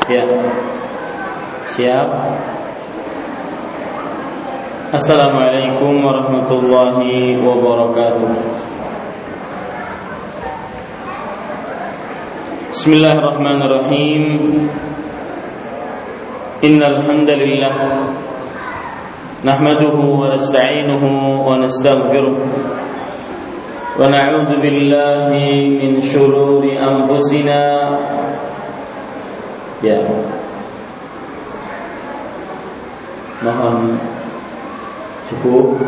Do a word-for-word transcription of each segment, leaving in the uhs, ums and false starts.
Ya. Siap. Assalamualaikum warahmatullahi wabarakatuh. Bismillahirrahmanirrahim. Innal hamdalillah nahmaduhu wa nasta'inuhu wa nastaghfiruh wa na'udzu billahi min shururi anfusina. Ya. Mohon cukup.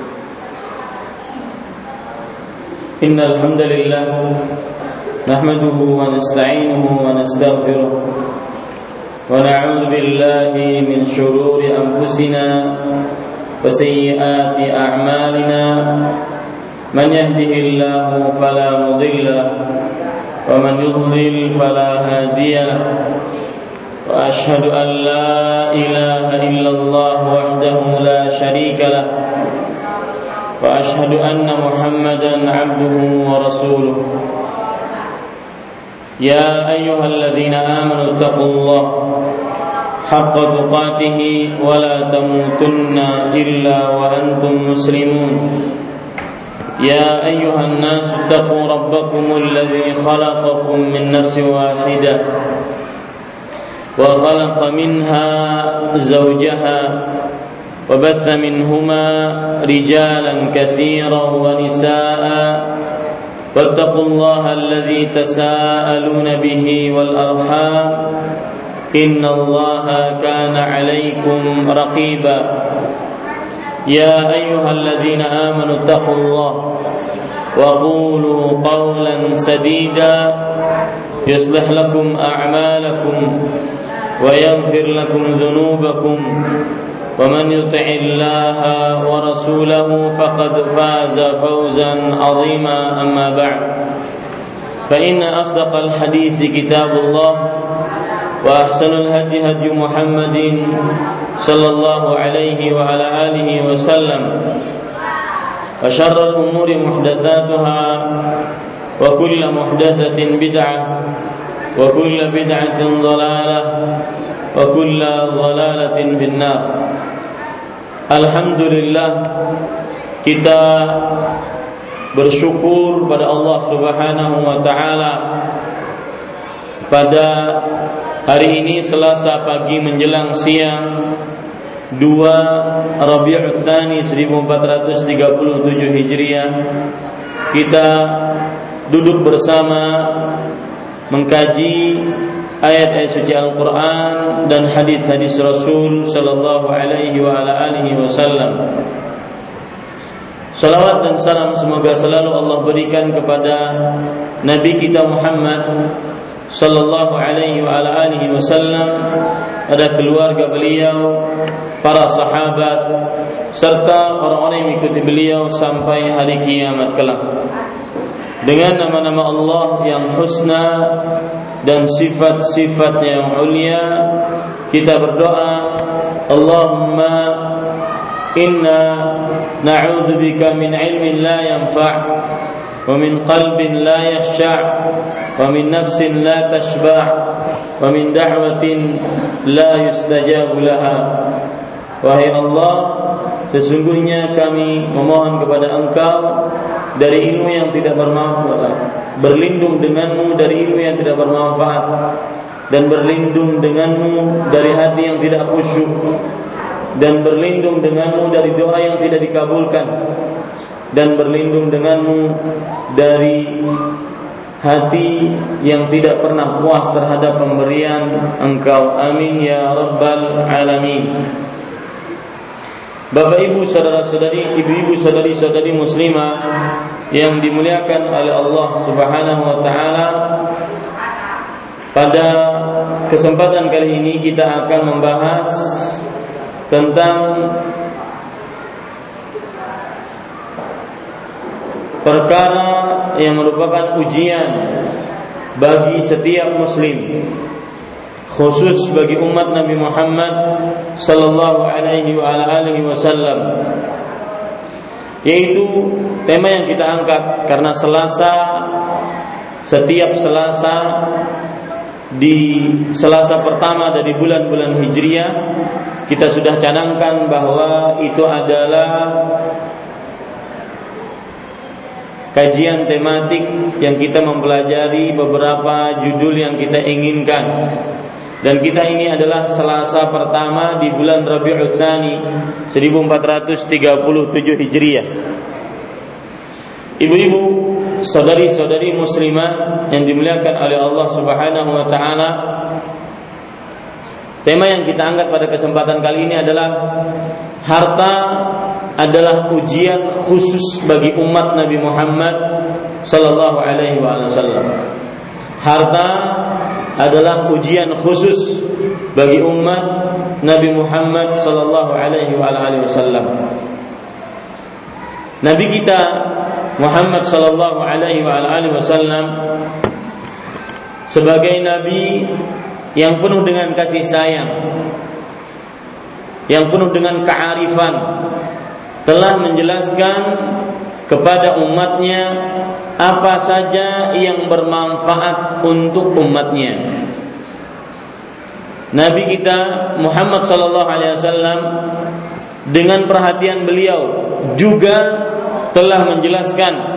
Innal hamdalillah nahmaduhu wa nasta'inuhu wa nastaghfiruh wa na'udzu billahi min shururi anfusina wa sayyiati a'malina. Man yahdihillahu fala mudilla wa man yudlil fala hadiya. وأشهد أن لا إله إلا الله وحده لا شريك له وأشهد أن محمدا عبده ورسوله. يا أيها الذين آمنوا اتقوا الله حق تقاته ولا تموتن إلا وأنتم مسلمون. يا أيها الناس اتقوا ربكم الذي خلقكم من نفس واحدة وخلق منها زوجها وبث منهما رجالا كثيرا ونساء واتقوا الله الذي تساءلون به والأرحام إن الله كان عليكم رقيبا. يا أيها الذين آمنوا اتقوا الله وقولوا قولا سديدا يصلح لكم أعمالكم ويغفر لكم ذنوبكم ومن يطع الله ورسوله فقد فاز فوزا عظيما. أما بعد فإن أصدق الحديث كتاب الله وأحسن الهدي هدي محمد صلى الله عليه وعلى آله وسلم وشر الأمور محدثاتها وكل محدثة بدعة وكل بدعة ضلالة وكل ضلالة في النار. Alhamdulillah, kita bersyukur pada Allah Subhanahu wa taala pada hari ini Selasa pagi menjelang siang dua Rabiul Tsani seribu empat ratus tiga puluh tujuh Hijriah, kita duduk bersama mengkaji ayat-ayat suci Al-Quran dan hadis-hadis Rasul sallallahu alaihi wa ala alihi wasallam. Salawat dan salam semoga selalu Allah berikan kepada Nabi kita Muhammad sallallahu alaihi wa ala alihi wasallam, pada keluarga beliau, para sahabat, serta orang-orang yang mengikuti beliau sampai hari kiamat kelak. Dengan nama-nama Allah yang husna dan sifat-sifat yang ulia, kita berdoa, Allahumma inna na'udzubika min ilmin la yanfa' wa min qalbin la yakhsha' wa min nafsin la tashba' wa min da'watin la yustajabu laha. Wahai Allah, sesungguhnya kami memohon kepada Engkau dari ilmu yang tidak bermanfaat, berlindung denganmu dari ilmu yang tidak bermanfaat, dan berlindung denganmu dari hati yang tidak khusyuk, dan berlindung denganmu dari doa yang tidak dikabulkan, dan berlindung denganmu dari hati yang tidak pernah puas terhadap pemberian Engkau. Amin ya rabbal alamin. Bapak ibu saudara-saudari, ibu-ibu saudari-saudari muslimah yang dimuliakan oleh Allah Subhanahu wa taala, pada kesempatan kali ini kita akan membahas tentang perkara yang merupakan ujian bagi setiap muslim, khusus bagi umat Nabi Muhammad sallallahu alaihi wa ala alihi wasallam, yaitu tema yang kita angkat karena Selasa, setiap Selasa di Selasa pertama dari bulan-bulan Hijriah, kita sudah canangkan bahwa itu adalah kajian tematik yang kita mempelajari beberapa judul yang kita inginkan. Dan kita ini adalah Selasa pertama di bulan Rabiul Tsani seribu empat ratus tiga puluh tujuh Hijriah. Ibu-ibu, saudari-saudari muslimah yang dimuliakan oleh Allah Subhanahu wa taala, tema yang kita angkat pada kesempatan kali ini adalah harta adalah ujian khusus bagi umat Nabi Muhammad sallallahu alaihi wasallam. Harta adalah ujian khusus bagi umat Nabi Muhammad sallallahu alaihi wasallam. Nabi kita Muhammad sallallahu alaihi wasallam sebagai nabi yang penuh dengan kasih sayang, yang penuh dengan kearifan, telah menjelaskan kepada umatnya apa saja yang bermanfaat untuk umatnya. Nabi kita Muhammad sallallahu alaihi wasallam dengan perhatian beliau juga telah menjelaskan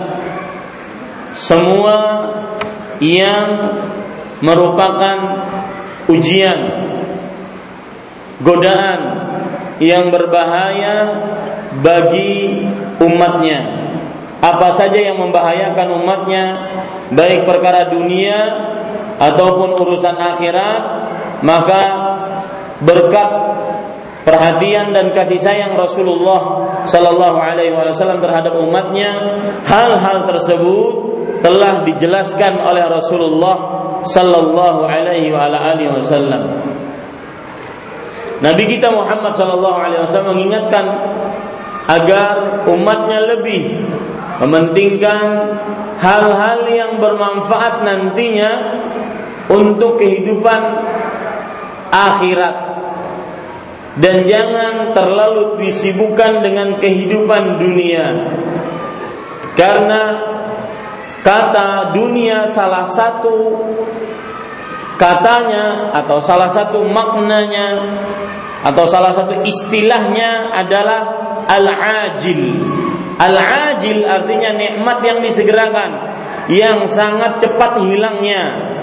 semua yang merupakan ujian, godaan yang berbahaya bagi umatnya. Apa saja yang membahayakan umatnya, baik perkara dunia ataupun urusan akhirat, maka berkat perhatian dan kasih sayang Rasulullah sallallahu alaihi wasallam terhadap umatnya, hal-hal tersebut telah dijelaskan oleh Rasulullah sallallahu alaihi wasallam. Nabi kita Muhammad sallallahu alaihi wasallam mengingatkan agar umatnya lebih mementingkan hal-hal yang bermanfaat nantinya untuk kehidupan akhirat, dan jangan terlalu disibukkan dengan kehidupan dunia. Karena kata dunia salah satu katanya atau salah satu maknanya atau salah satu istilahnya adalah al-ajil. Al-ajil artinya nikmat yang disegerakan, yang sangat cepat hilangnya.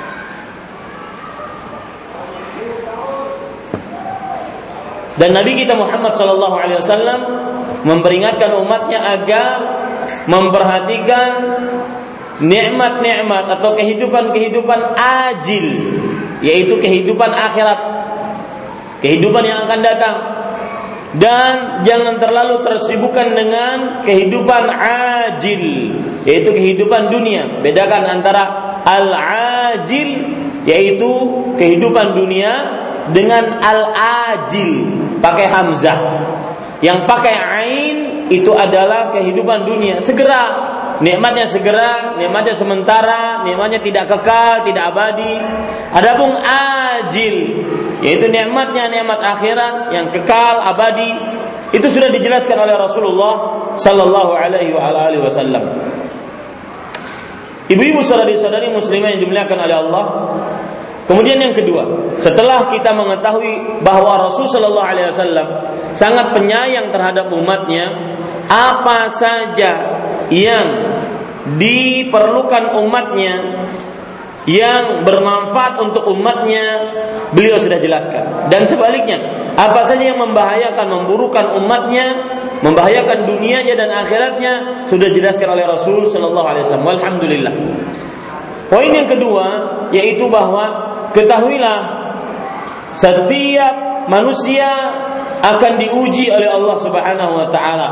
Dan Nabi kita Muhammad sallallahu alaihi wasallam memperingatkan umatnya agar memperhatikan nikmat-nikmat atau kehidupan-kehidupan ajil, yaitu kehidupan akhirat, kehidupan yang akan datang, dan jangan terlalu tersibukkan dengan kehidupan ajil, yaitu kehidupan dunia. Bedakan antara al-ajil, yaitu kehidupan dunia, dengan al-ajil pakai hamzah. Yang pakai ain itu adalah kehidupan dunia, segera, nikmatnya segera, nikmatnya sementara, nikmatnya tidak kekal, tidak abadi. Adapun ajil, yaitu nikmatnya nikmat akhirat yang kekal, abadi, itu sudah dijelaskan oleh Rasulullah sallallahu alaihi wasallam. Ibu-ibu, saudari-saudari muslimah yang dimuliakan oleh Allah, kemudian yang kedua, setelah kita mengetahui bahwa Rasul sallallahu alaihi wasallam sangat penyayang terhadap umatnya, apa saja yang diperlukan umatnya, yang bermanfaat untuk umatnya, beliau sudah jelaskan. Dan sebaliknya, apa saja yang membahayakan, memburukan umatnya, membahayakan dunianya dan akhiratnya, sudah dijelaskan oleh Rasul sallallahu alaihi wasallam. Alhamdulillah. Poin yang kedua yaitu bahwa ketahuilah setiap manusia akan diuji oleh Allah Subhanahu wa taala.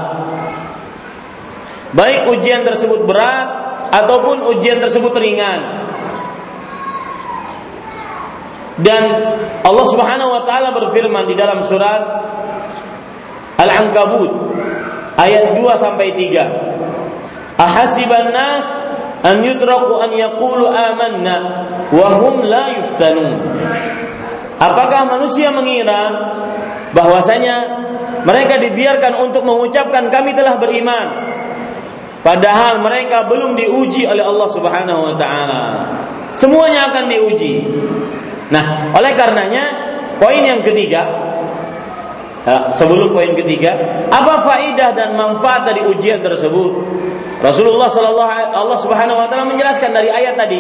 Baik ujian tersebut berat ataupun ujian tersebut ringan. Dan Allah Subhanahu wa taala berfirman di dalam surat Al-Ankabut ayat dua sampai tiga. Ahasiban nas an yutraku an yaqulu amanna wa hum la yuftanun. Apakah manusia mengira bahwasanya mereka dibiarkan untuk mengucapkan kami telah beriman, padahal mereka belum diuji oleh Allah Subhanahu wa taala. Semuanya akan diuji. Nah, oleh karenanya poin yang ketiga, sebelum poin ketiga, apa faedah dan manfaat dari ujian tersebut? Rasulullah sallallahu alaihi Allah Subhanahu wa taala menjelaskan dari ayat tadi.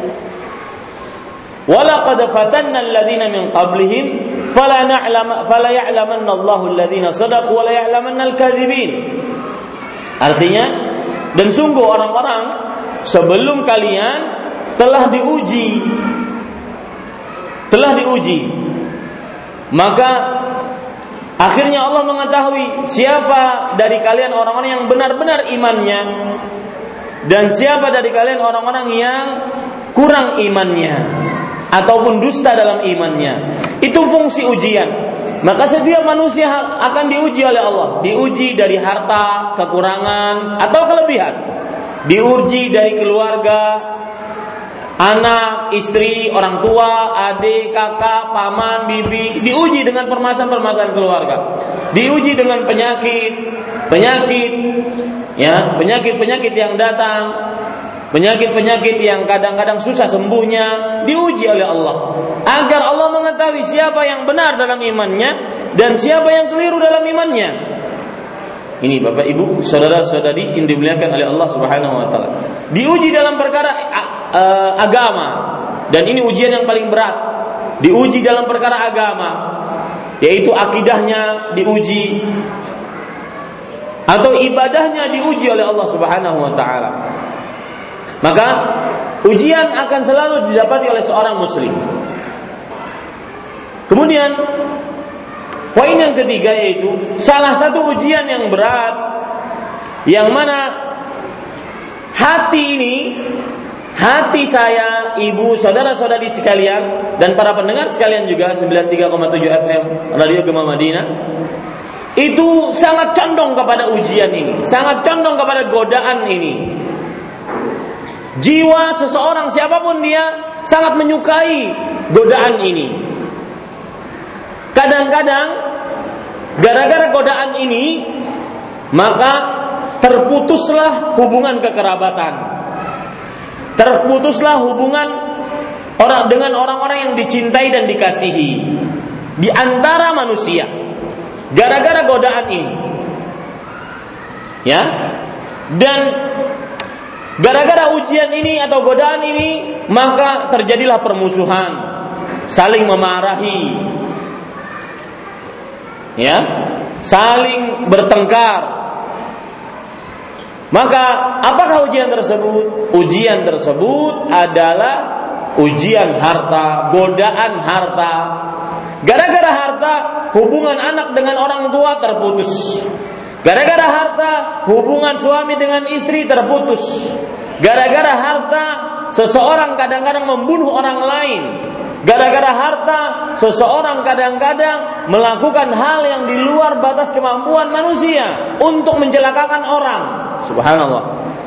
Walaqad fatanna alladziina min qablihim fala na'lam fala ya'lamanna Allahu alladziina shadaqu wa la ya'lamanna al-kadzibin. Artinya, dan sungguh orang-orang sebelum kalian telah diuji. Telah diuji. Maka akhirnya Allah mengetahui siapa dari kalian orang-orang yang benar-benar imannya dan siapa dari kalian orang-orang yang kurang imannya ataupun dusta dalam imannya. Itu fungsi ujian. Maka setiap manusia akan diuji oleh Allah. Diuji dari harta, kekurangan atau kelebihan. Diuji dari keluarga, anak, istri, orang tua, adik, kakak, paman, bibi. Diuji dengan permasalahan-permasalahan keluarga. Diuji dengan penyakit, penyakit, ya, penyakit-penyakit yang datang, penyakit-penyakit yang kadang-kadang susah sembuhnya, diuji oleh Allah. Agar Allah mengetahui siapa yang benar dalam imannya dan siapa yang keliru dalam imannya. Ini Bapak Ibu, saudara-saudari yang dimuliakan oleh Allah Subhanahu wa taala. Diuji dalam perkara uh, agama, dan ini ujian yang paling berat. Diuji dalam perkara agama, yaitu akidahnya diuji atau ibadahnya diuji oleh Allah Subhanahu wa taala. Maka ujian akan selalu didapati oleh seorang muslim. Kemudian poin yang ketiga yaitu salah satu ujian yang berat, yang mana hati ini, hati saya, ibu, saudara-saudari sekalian, dan para pendengar sekalian juga sembilan puluh tiga koma tujuh F M Radio Gema Madinah, itu sangat condong kepada ujian ini, sangat condong kepada godaan ini. Jiwa seseorang siapapun dia sangat menyukai godaan ini. Kadang-kadang gara-gara godaan ini maka terputuslah hubungan kekerabatan. Terputuslah hubungan orang dengan orang-orang yang dicintai dan dikasihi di antara manusia. Gara-gara godaan ini. Ya. Dan gara-gara ujian ini atau godaan ini maka terjadilah permusuhan, saling memarahi, ya, saling bertengkar. Maka apakah ujian tersebut? Ujian tersebut adalah ujian harta, godaan harta. Gara-gara harta, hubungan anak dengan orang tua terputus. Gara-gara harta, hubungan suami dengan istri terputus. Gara-gara harta, seseorang kadang-kadang membunuh orang lain. Gara-gara harta, seseorang kadang-kadang melakukan hal yang di luar batas kemampuan manusia untuk mencelakakan orang. Subhanallah.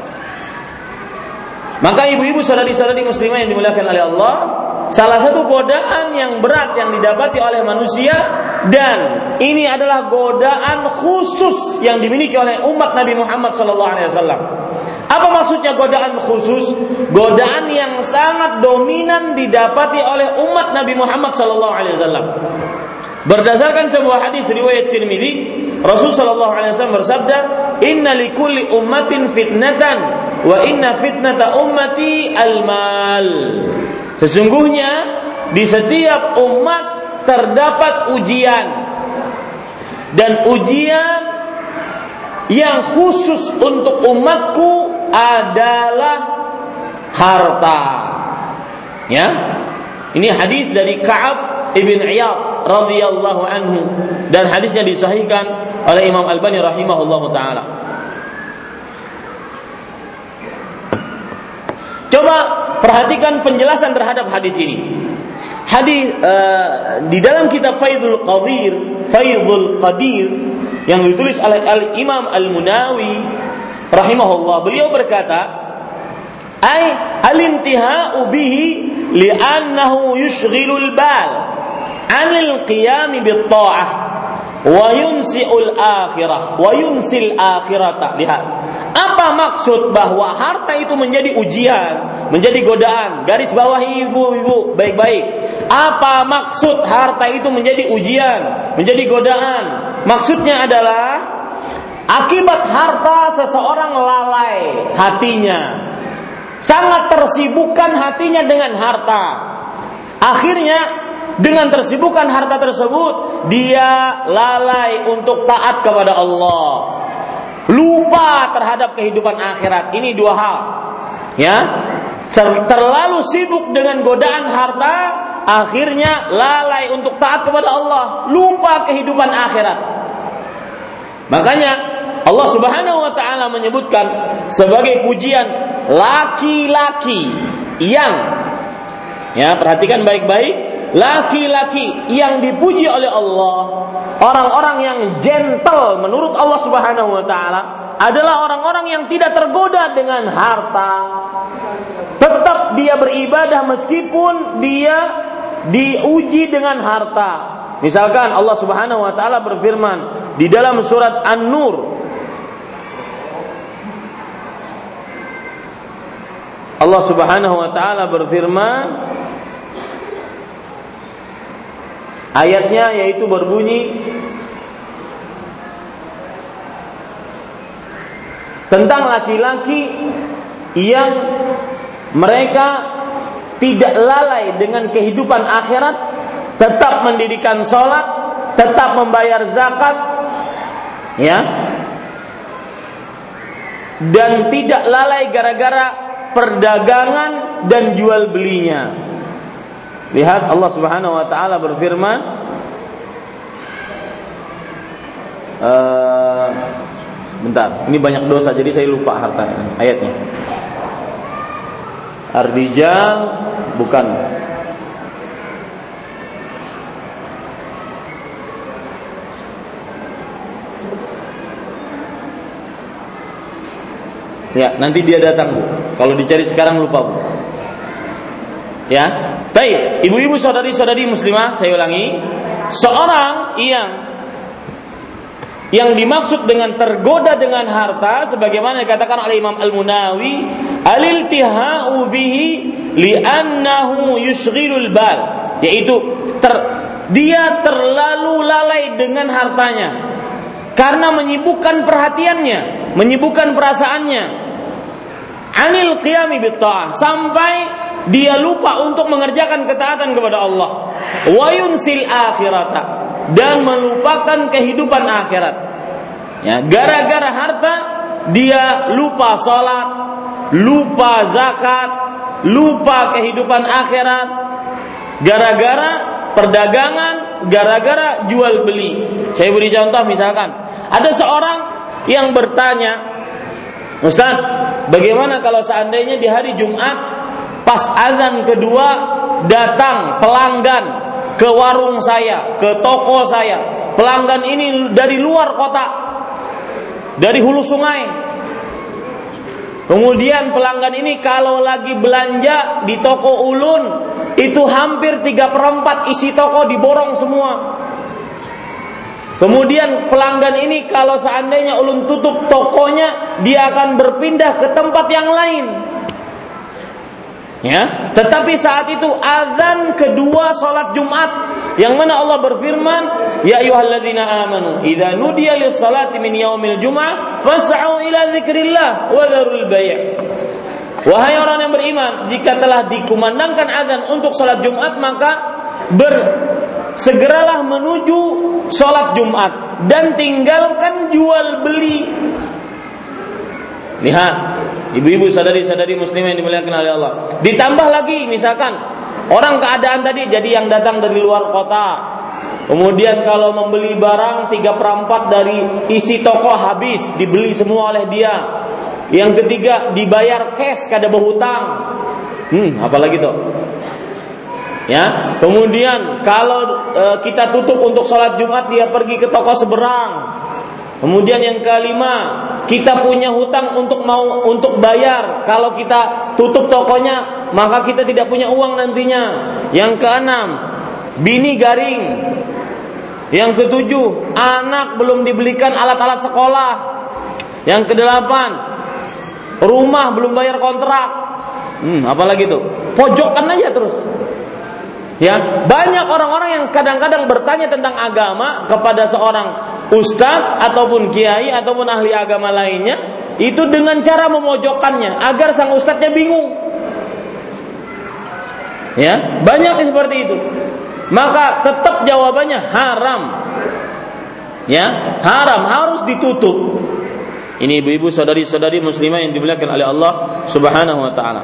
Maka ibu-ibu, saudari-saudari muslimah yang dimuliakan oleh Allah, salah satu godaan yang berat yang didapati oleh manusia, dan ini adalah godaan khusus yang dimiliki oleh umat Nabi Muhammad sallallahu alaihi wasallam. Apa maksudnya godaan khusus? Godaan yang sangat dominan didapati oleh umat Nabi Muhammad sallallahu alaihi wasallam. Berdasarkan sebuah hadis riwayat Tirmidzi, Rasul sallallahu alaihi wasallam bersabda, "Inna likulli ummatin fitnatan wa inna fitnata ummati al-mal." Sesungguhnya di setiap umat terdapat ujian, dan ujian yang khusus untuk umatku adalah harta. Ya, ini hadis dari Ka'ab ibn Iyad radhiyallahu anhu, dan hadisnya disahihkan oleh Imam Albani rahimahullahu taala. Coba perhatikan penjelasan terhadap hadis ini. Hadis uh, di dalam kitab Faidul Qadir, Faidul Qadir yang ditulis oleh Al Imam Al Munawi rahimahullah, beliau berkata, "Ai al-intihau bihi li'annahu yushghilul bal 'anil qiyam bit-tha'ah wa yunsi'ul akhirah wa yunsil akhirata." Lihat, apa maksud bahwa harta itu menjadi ujian, menjadi godaan? Garis bawahi ibu-ibu baik-baik. Apa maksud harta itu menjadi ujian, menjadi godaan? Maksudnya adalah akibat harta seseorang lalai hatinya, sangat tersibukkan hatinya dengan harta. Akhirnya dengan tersibukkan harta tersebut, dia lalai untuk taat kepada Allah, lupa terhadap kehidupan akhirat. Ini dua hal, ya. Terlalu sibuk dengan godaan harta, akhirnya lalai untuk taat kepada Allah, lupa kehidupan akhirat. Makanya Allah Subhanahu wa taala menyebutkan sebagai pujian laki-laki yang, ya, perhatikan baik-baik, laki-laki yang dipuji oleh Allah, orang-orang yang gentle menurut Allah Subhanahu wa taala adalah orang-orang yang tidak tergoda dengan harta. Tetap dia beribadah meskipun dia diuji dengan harta. Misalkan Allah Subhanahu wa taala berfirman di dalam surat An-Nur, Allah Subhanahu wa taala berfirman, ayatnya yaitu berbunyi tentang laki-laki yang mereka tidak lalai dengan kehidupan akhirat, tetap mendirikan sholat, tetap membayar zakat, ya, dan tidak lalai gara-gara perdagangan dan jual belinya. Lihat Allah Subhanahu wa taala berfirman, uh, bentar, ini banyak dosa jadi saya lupa harta ayatnya. Ar-rijal bukan. Ya, nanti dia datang, Bu. Kalau dicari sekarang lupa, Bu. Ya. Baik, ibu-ibu, saudari-saudari muslimah, saya ulangi, seorang yang yang dimaksud dengan tergoda dengan harta sebagaimana dikatakan oleh Imam Al-Munawi, al-iltiha'u bihi li'annahu yushghilul bal, yaitu ter, dia terlalu lalai dengan hartanya karena menyibukkan perhatiannya, menyibukkan perasaannya, anil qiyami bitta'ah, sampai dia lupa untuk mengerjakan ketaatan kepada Allah, wa yunsil akhirata, dan melupakan kehidupan akhirat. Ya, gara-gara harta dia lupa sholat, lupa zakat, lupa kehidupan akhirat, gara-gara perdagangan, gara-gara jual beli. Saya beri contoh, misalkan ada seorang yang bertanya, Ustaz, bagaimana kalau seandainya di hari Jumat pas azan kedua datang pelanggan ke warung saya, ke toko saya. Pelanggan ini dari luar kota, dari hulu sungai. Kemudian pelanggan ini kalau lagi belanja di toko ulun, itu hampir tiga per empat isi toko diborong semua. Kemudian pelanggan ini kalau seandainya ulun tutup tokonya, dia akan berpindah ke tempat yang lain. Ya, tetapi saat itu azan kedua salat Jumat, yang mana Allah berfirman, ya ayyuhalladzina amanu idza nudiya lis-salati min yaumil jum'ah fas'au ila dzikrillah wa dzarul bai'. Wahai orang yang beriman, jika telah dikumandangkan azan untuk salat Jumat, maka ber segeralah menuju salat Jumat dan tinggalkan jual beli. Lihat, ibu-ibu, sadari-sadari muslimah yang dimuliakan oleh Allah. Ditambah lagi, misalkan orang keadaan tadi jadi yang datang dari luar kota, kemudian kalau membeli barang tiga per empat dari isi toko habis, dibeli semua oleh dia. Yang ketiga, dibayar cash, kada berhutang. Hmm, apalagi tuh? Ya, kemudian kalau e, kita tutup untuk sholat Jumat, dia pergi ke toko seberang. Kemudian yang kelima, kita punya hutang untuk mau untuk bayar. Kalau kita tutup tokonya, maka kita tidak punya uang nantinya. Yang keenam, bini garing. Yang ketujuh, anak belum dibelikan alat-alat sekolah. Yang kedelapan, rumah belum bayar kontrak. Hmm, apalagi tuh? Pojokan aja terus. Ya, banyak orang-orang yang kadang-kadang bertanya tentang agama kepada seorang ustadz ataupun kiai ataupun ahli agama lainnya, itu dengan cara memojokkannya agar sang ustadznya bingung. Ya, banyak seperti itu. Maka tetap jawabannya haram. Ya, haram, harus ditutup. Ini ibu-ibu, saudari-saudari muslimah yang dimuliakan oleh Allah Subhanahu wa taala.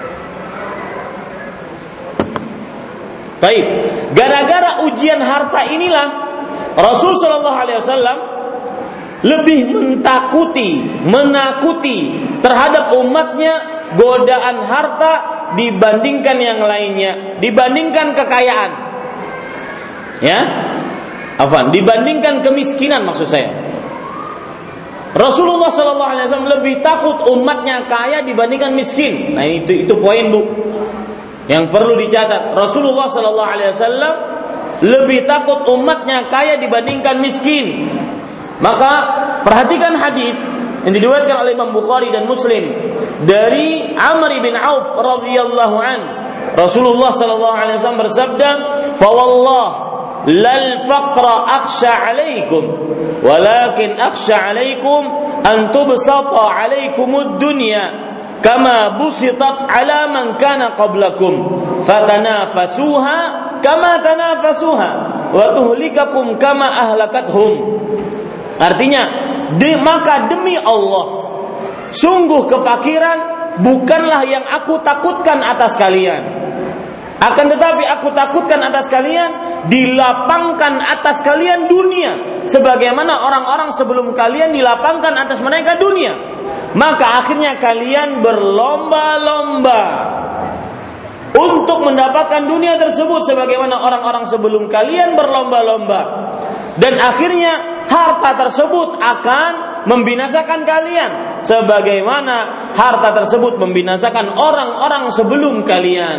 Baik, gara-gara ujian harta inilah Rasul sallallahu alaihi wasallam lebih mentakuti, menakuti terhadap umatnya godaan harta dibandingkan yang lainnya, dibandingkan kekayaan. Ya? Afwan, dibandingkan kemiskinan maksud saya. Rasulullah sallallahu alaihi wasallam lebih takut umatnya kaya dibandingkan miskin. Nah, itu itu poin, Bu. Yang perlu dicatat, Rasulullah sallallahu alaihi wasallam lebih takut umatnya kaya dibandingkan miskin. Maka perhatikan hadis yang diriwayatkan oleh Imam Bukhari dan Muslim dari Amr bin Auf radhiyallahu an. Rasulullah sallallahu alaihi wasallam bersabda, "Fa wallah lal faqra akhsha 'alaikum, walakin akhsha 'alaikum an tubsata 'alaikumud dunya kama busitat ala man kana qablakum fatanafasuha kama tanafasuha wa tuhlikakum kama ahlakathum." Artinya, de, maka demi Allah, sungguh kefakiran bukanlah yang aku takutkan atas kalian. Akan tetapi aku takutkan atas kalian dilapangkan atas kalian dunia, sebagaimana orang-orang sebelum kalian dilapangkan atas mereka dunia. Maka akhirnya kalian berlomba-lomba untuk mendapatkan dunia tersebut sebagaimana orang-orang sebelum kalian berlomba-lomba. Dan akhirnya harta tersebut akan membinasakan kalian sebagaimana harta tersebut membinasakan orang-orang sebelum kalian.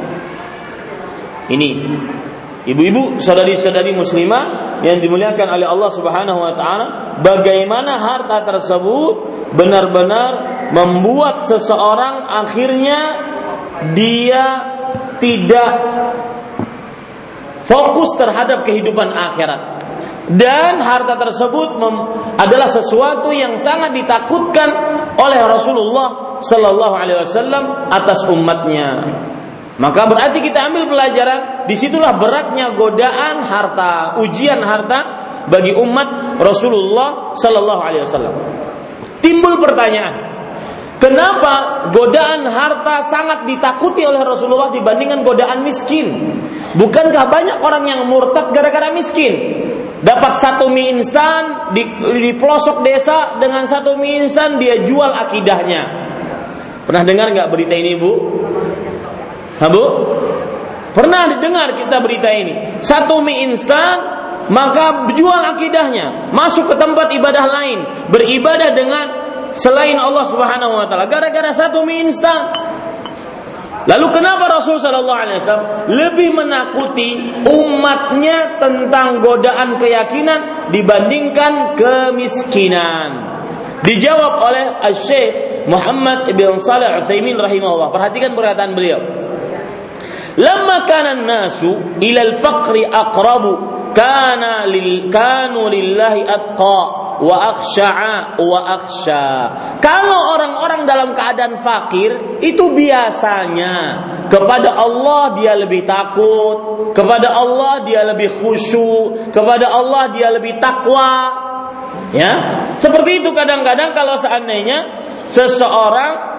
Ini ibu-ibu, saudari-saudari muslimah yang dimuliakan oleh Allah Subhanahu wa taala, bagaimana harta tersebut benar-benar membuat seseorang akhirnya dia tidak fokus terhadap kehidupan akhirat. Dan harta tersebut mem- adalah sesuatu yang sangat ditakutkan oleh Rasulullah sallallahu alaihi wasallam atas umatnya. Maka berarti kita ambil pelajaran, disitulah beratnya godaan harta, ujian harta bagi umat Rasulullah sallallahu alaihi wasallam. Timbul pertanyaan, kenapa godaan harta sangat ditakuti oleh Rasulullah dibandingkan godaan miskin? Bukankah banyak orang yang murtad gara-gara miskin? Dapat satu mie instan di, di pelosok desa, dengan satu mie instan dia jual akidahnya. Pernah dengar nggak berita ini, Bu? Ha, Bu? Pernah didengar kita berita ini? Satu mie instan, maka jual akidahnya, masuk ke tempat ibadah lain, beribadah dengan selain Allah Subhanahu wa taala gara-gara satu mie instan. Lalu kenapa Rasul sallallahu alaihi wasallam lebih menakuti umatnya tentang godaan keyakinan dibandingkan kemiskinan? Dijawab oleh Asy-Syaikh Muhammad bin Shalih Al-Utsaimin rahimahullah. Perhatikan perkataan beliau. Lamma kana an-nasu ila al-faqri aqrabu kana lil kanu lillahi atqa wa akhsha'a wa akhsha. Kalau orang-orang dalam keadaan fakir, itu biasanya kepada Allah dia lebih takut, kepada Allah dia lebih khusyuk, kepada Allah dia lebih takwa. Ya, seperti itu kadang-kadang kalau seandainya seseorang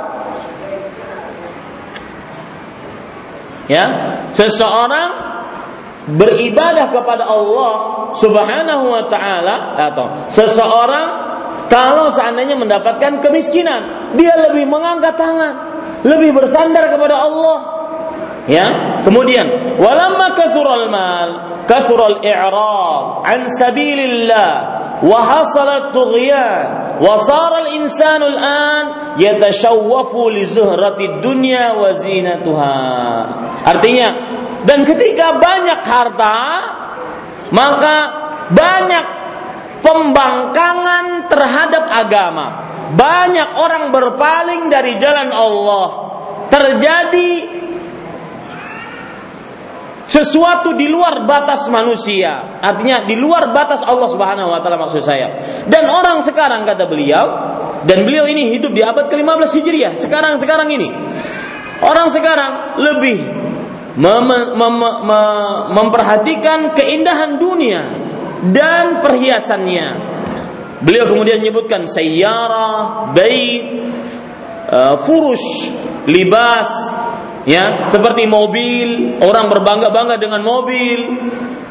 ya, seseorang beribadah kepada Allah Subhanahu wa taala, atau seseorang kalau seandainya mendapatkan kemiskinan, dia lebih mengangkat tangan, lebih bersandar kepada Allah. Ya, kemudian walamma kathural mal, kathural i'rad an sabilillah wa hasala tughyan wa sara al-insanu al-an yatashawwafu li zuhrati dunya wa zinatuha. Artinya, dan ketika banyak harta, maka banyak pembangkangan terhadap agama. Banyak orang berpaling dari jalan Allah. Terjadi sesuatu di luar batas manusia, artinya di luar batas Allah Subhanahu wa taala maksud saya. Dan orang sekarang, kata beliau, dan beliau ini hidup di abad ke lima belas Hijriah, sekarang-sekarang ini orang sekarang lebih mem- mem- mem- memperhatikan keindahan dunia dan perhiasannya. Beliau kemudian menyebutkan sayyara, bait, uh, furush, libas, ya, seperti mobil, orang berbangga-bangga dengan mobil,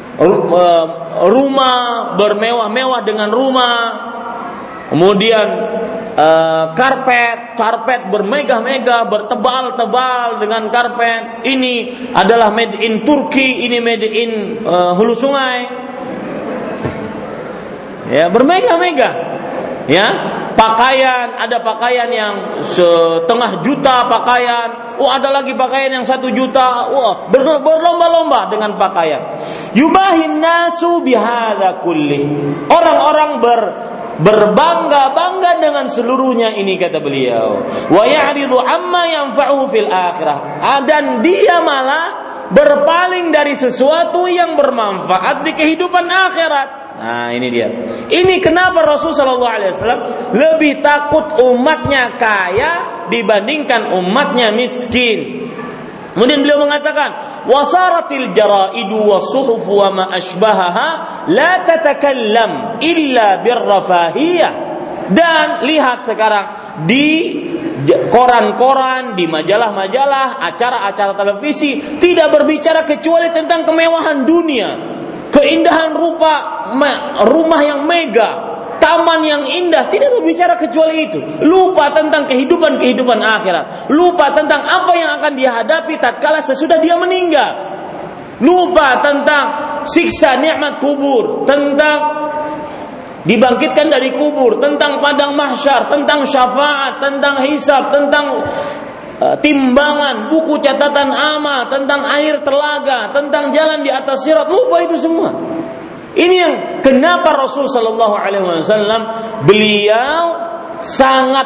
rumah bermewah-mewah dengan rumah, kemudian uh, karpet, karpet bermegah-megah, bertebal-tebal dengan karpet. Ini adalah made in Turki, ini made in uh, hulu sungai. Ya, bermegah-megah. Ya, pakaian, ada pakaian yang setengah juta pakaian, oh ada lagi pakaian yang satu juta, wah ber- berlomba-lomba dengan pakaian. Yubahin nasu bihadza kulli. Orang-orang ber berbangga-bangga dengan seluruhnya ini, kata beliau. Wa ya'ridu amma yanfa'uhu fil akhirah. Dan dia malah berpaling dari sesuatu yang bermanfaat di kehidupan akhirat. Nah, ini dia. Ini kenapa Rasulullah shallallahu alaihi wasallam lebih takut umatnya kaya dibandingkan umatnya miskin. Kemudian beliau mengatakan, wasaratil jaraidu wasuhufu wa ma asbahaha la tatakallam illa birrafahiyah. Dan lihat sekarang di koran-koran, di majalah-majalah, acara-acara televisi tidak berbicara kecuali tentang kemewahan dunia, keindahan rupa rumah yang mega, taman yang indah, tidak berbicara kecuali itu. Lupa tentang kehidupan-kehidupan akhirat, lupa tentang apa yang akan dia hadapi tatkala sesudah dia meninggal, lupa tentang siksa nikmat kubur, tentang dibangkitkan dari kubur, tentang padang mahsyar, tentang syafaat, tentang hisab, tentang uh, timbangan, buku catatan amal, tentang air telaga, tentang jalan di atas sirat. Lupa itu semua. Ini yang kenapa Rasul sallallahu alaihi wasallam beliau sangat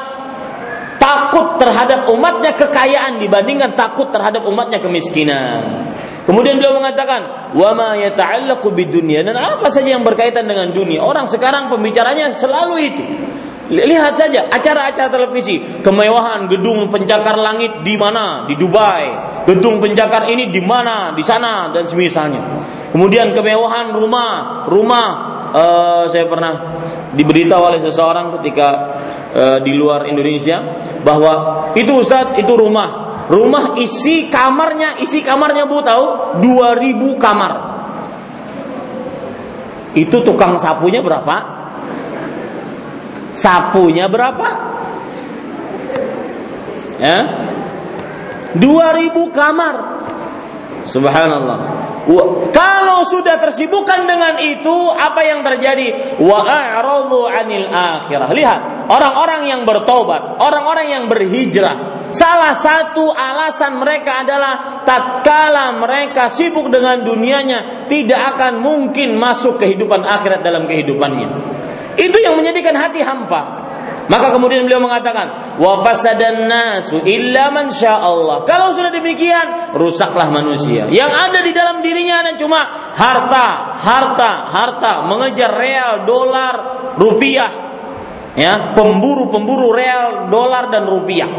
takut terhadap umatnya kekayaan dibandingkan takut terhadap umatnya kemiskinan. Kemudian beliau mengatakan, wa ma yata'allaqu bidunya, dan apa saja yang berkaitan dengan dunia. Orang sekarang pembicaranya selalu itu. Lihat saja acara-acara televisi, kemewahan gedung pencakar langit di mana? Di Dubai. Gedung pencakar ini di mana? Di sana dan semisalnya. Kemudian kemewahan rumah, rumah uh, saya pernah diberitahu oleh seseorang ketika uh, di luar Indonesia bahwa itu Ustaz, itu rumah, rumah isi kamarnya, isi kamarnya Bu tahu dua ribu kamar. Itu tukang sapunya berapa? Sapunya berapa? Ya, dua ribu kamar. Subhanallah. Kalau sudah tersibukkan dengan itu, apa yang terjadi? Wa a'radu 'anil akhirah. Lihat, orang-orang yang bertobat, orang-orang yang berhijrah, salah satu alasan mereka adalah tatkala mereka sibuk dengan dunianya, tidak akan mungkin masuk kehidupan akhirat dalam kehidupannya. Itu yang menjadikan hati hampa. Maka kemudian beliau mengatakan, wa fasadan nasu illa man sya'allah. Kalau sudah demikian, rusaklah manusia. Yang ada di dalam dirinya hanya cuma harta, harta, harta, mengejar real, dolar, rupiah. Ya, pemburu-pemburu real, dolar dan rupiah.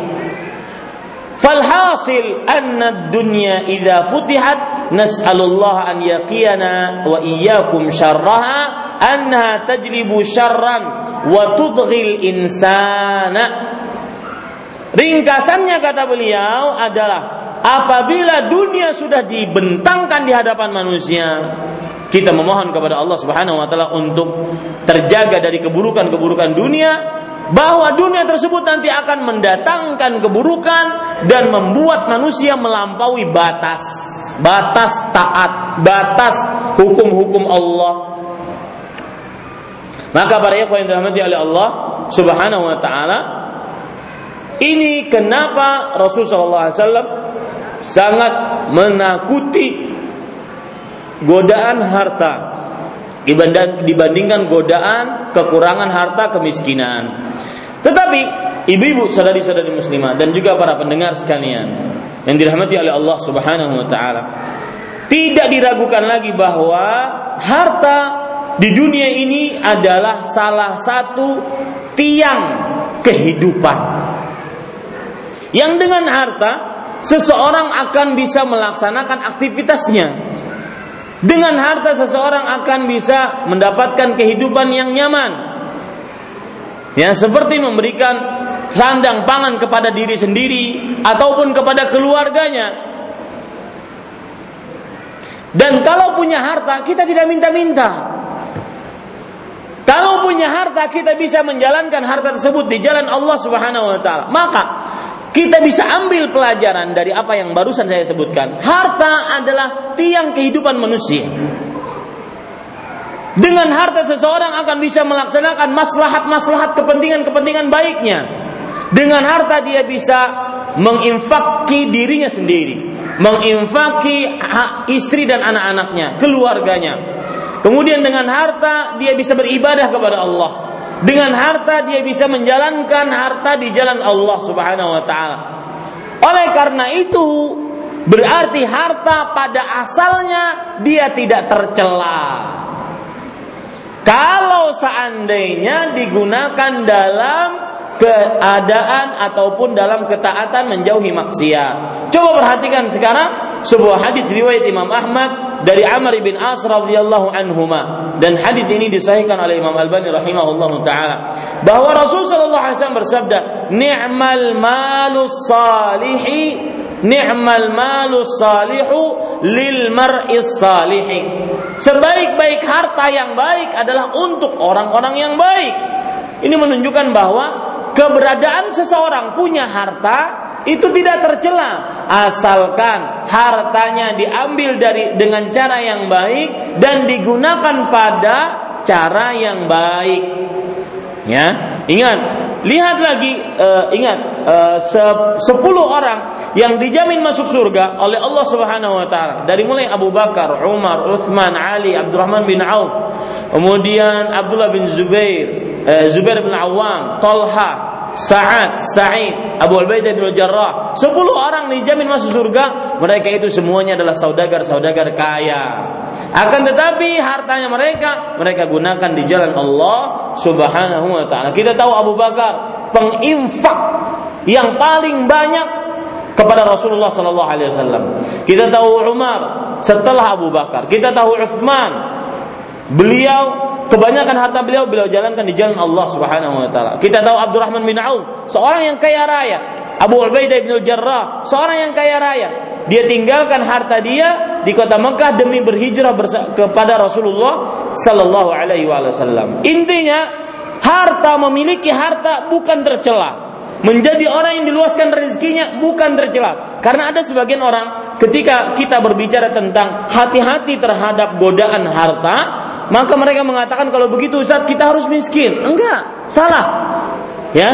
Falhasil anna dunya idza futihat nas'alullah an yaqiyana wa iyyakum syarraha annaha tajlibu syarran wa tudghil insana. Ringkasannya kata beliau adalah apabila dunia sudah dibentangkan di hadapan manusia, kita memohon kepada Allah Subhanahu wa taala untuk terjaga dari keburukan-keburukan dunia, bahwa dunia tersebut nanti akan mendatangkan keburukan dan membuat manusia melampaui batas, batas taat, batas hukum-hukum Allah. Maka para ikhwan yang dirahmati oleh Allah Subhanahu wa taala, ini kenapa Rasulullah sallallahu alaihi wasallam sangat menakuti godaan harta dibandingkan godaan kekurangan harta, kemiskinan. Tetapi ibu-ibu, saudari-saudari muslimah dan juga para pendengar sekalian yang dirahmati oleh Allah Subhanahu wa taala, tidak diragukan lagi bahwa harta di dunia ini adalah salah satu tiang kehidupan. Yang dengan harta seseorang akan bisa melaksanakan aktivitasnya. Dengan harta seseorang akan bisa mendapatkan kehidupan yang nyaman. Ya, seperti memberikan sandang pangan kepada diri sendiri ataupun kepada keluarganya. Dan kalau punya harta kita tidak minta-minta. Kalau punya harta kita bisa menjalankan harta tersebut di jalan Allah Subhanahu wa taala. Maka kita bisa ambil pelajaran dari apa yang barusan saya sebutkan. Harta adalah tiang kehidupan manusia. Dengan harta seseorang akan bisa melaksanakan maslahat-maslahat kepentingan-kepentingan baiknya. Dengan harta dia bisa menginfaki dirinya sendiri, menginfaki istri dan anak-anaknya, keluarganya. Kemudian dengan harta dia bisa beribadah kepada Allah. Dengan harta dia bisa menjalankan harta di jalan Allah Subhanahu wa taala. Oleh karena itu, berarti harta pada asalnya dia tidak tercela. Kalau seandainya digunakan dalam keadaan ataupun dalam ketaatan menjauhi maksiat. Coba perhatikan sekarang sebuah hadis riwayat Imam Ahmad dari Amr bin As radhiyallahu anhuma, dan hadis ini disahihkan oleh Imam Albani rahimahullahu taala, bahwa Rasul sallallahu alaihi wasallam bersabda, "Ni'mal malus salihi, ni'mal malus salihu lil mar'is salihi." Sebaik-baik harta yang baik adalah untuk orang-orang yang baik. Ini menunjukkan bahwa keberadaan seseorang punya harta itu tidak tercela asalkan hartanya diambil dari dengan cara yang baik dan digunakan pada cara yang baik. Ya, ingat, lihat lagi, uh, ingat uh, sepuluh orang yang dijamin masuk surga oleh Allah Subhanahu wa taala, dari mulai Abu Bakar, Umar, Uthman, Ali, Abdurrahman bin Auf, kemudian Abdullah bin Zubair, uh, Zubair bin Awam, Talha, Sa'ad, Sa'id, Abu Ubaidah bin Jarrah. Sepuluh orang dijamin masuk surga. Mereka itu semuanya adalah saudagar-saudagar kaya. Akan tetapi hartanya mereka mereka gunakan di jalan Allah Subhanahu wa taala. Kita tahu Abu Bakar penginfak yang paling banyak kepada Rasulullah sallallahu alaihi wasallam. Kita tahu Umar setelah Abu Bakar. Kita tahu Utsman, beliau kebanyakan harta beliau beliau jalankan di jalan Allah Subhanahu wa taala. Kita tahu Abdurrahman bin Auf, seorang yang kaya raya. Abu Ubaidah bin Jarrah, seorang yang kaya raya. Dia tinggalkan harta dia di kota Mekah demi berhijrah bersa- kepada Rasulullah sallallahu alaihi wasallam. Intinya, harta, memiliki harta bukan tercela. Menjadi orang yang diluaskan rezekinya bukan tercela. Karena ada sebagian orang ketika kita berbicara tentang hati-hati terhadap godaan harta, maka mereka mengatakan kalau begitu Ustaz kita harus miskin. Enggak, salah. Ya.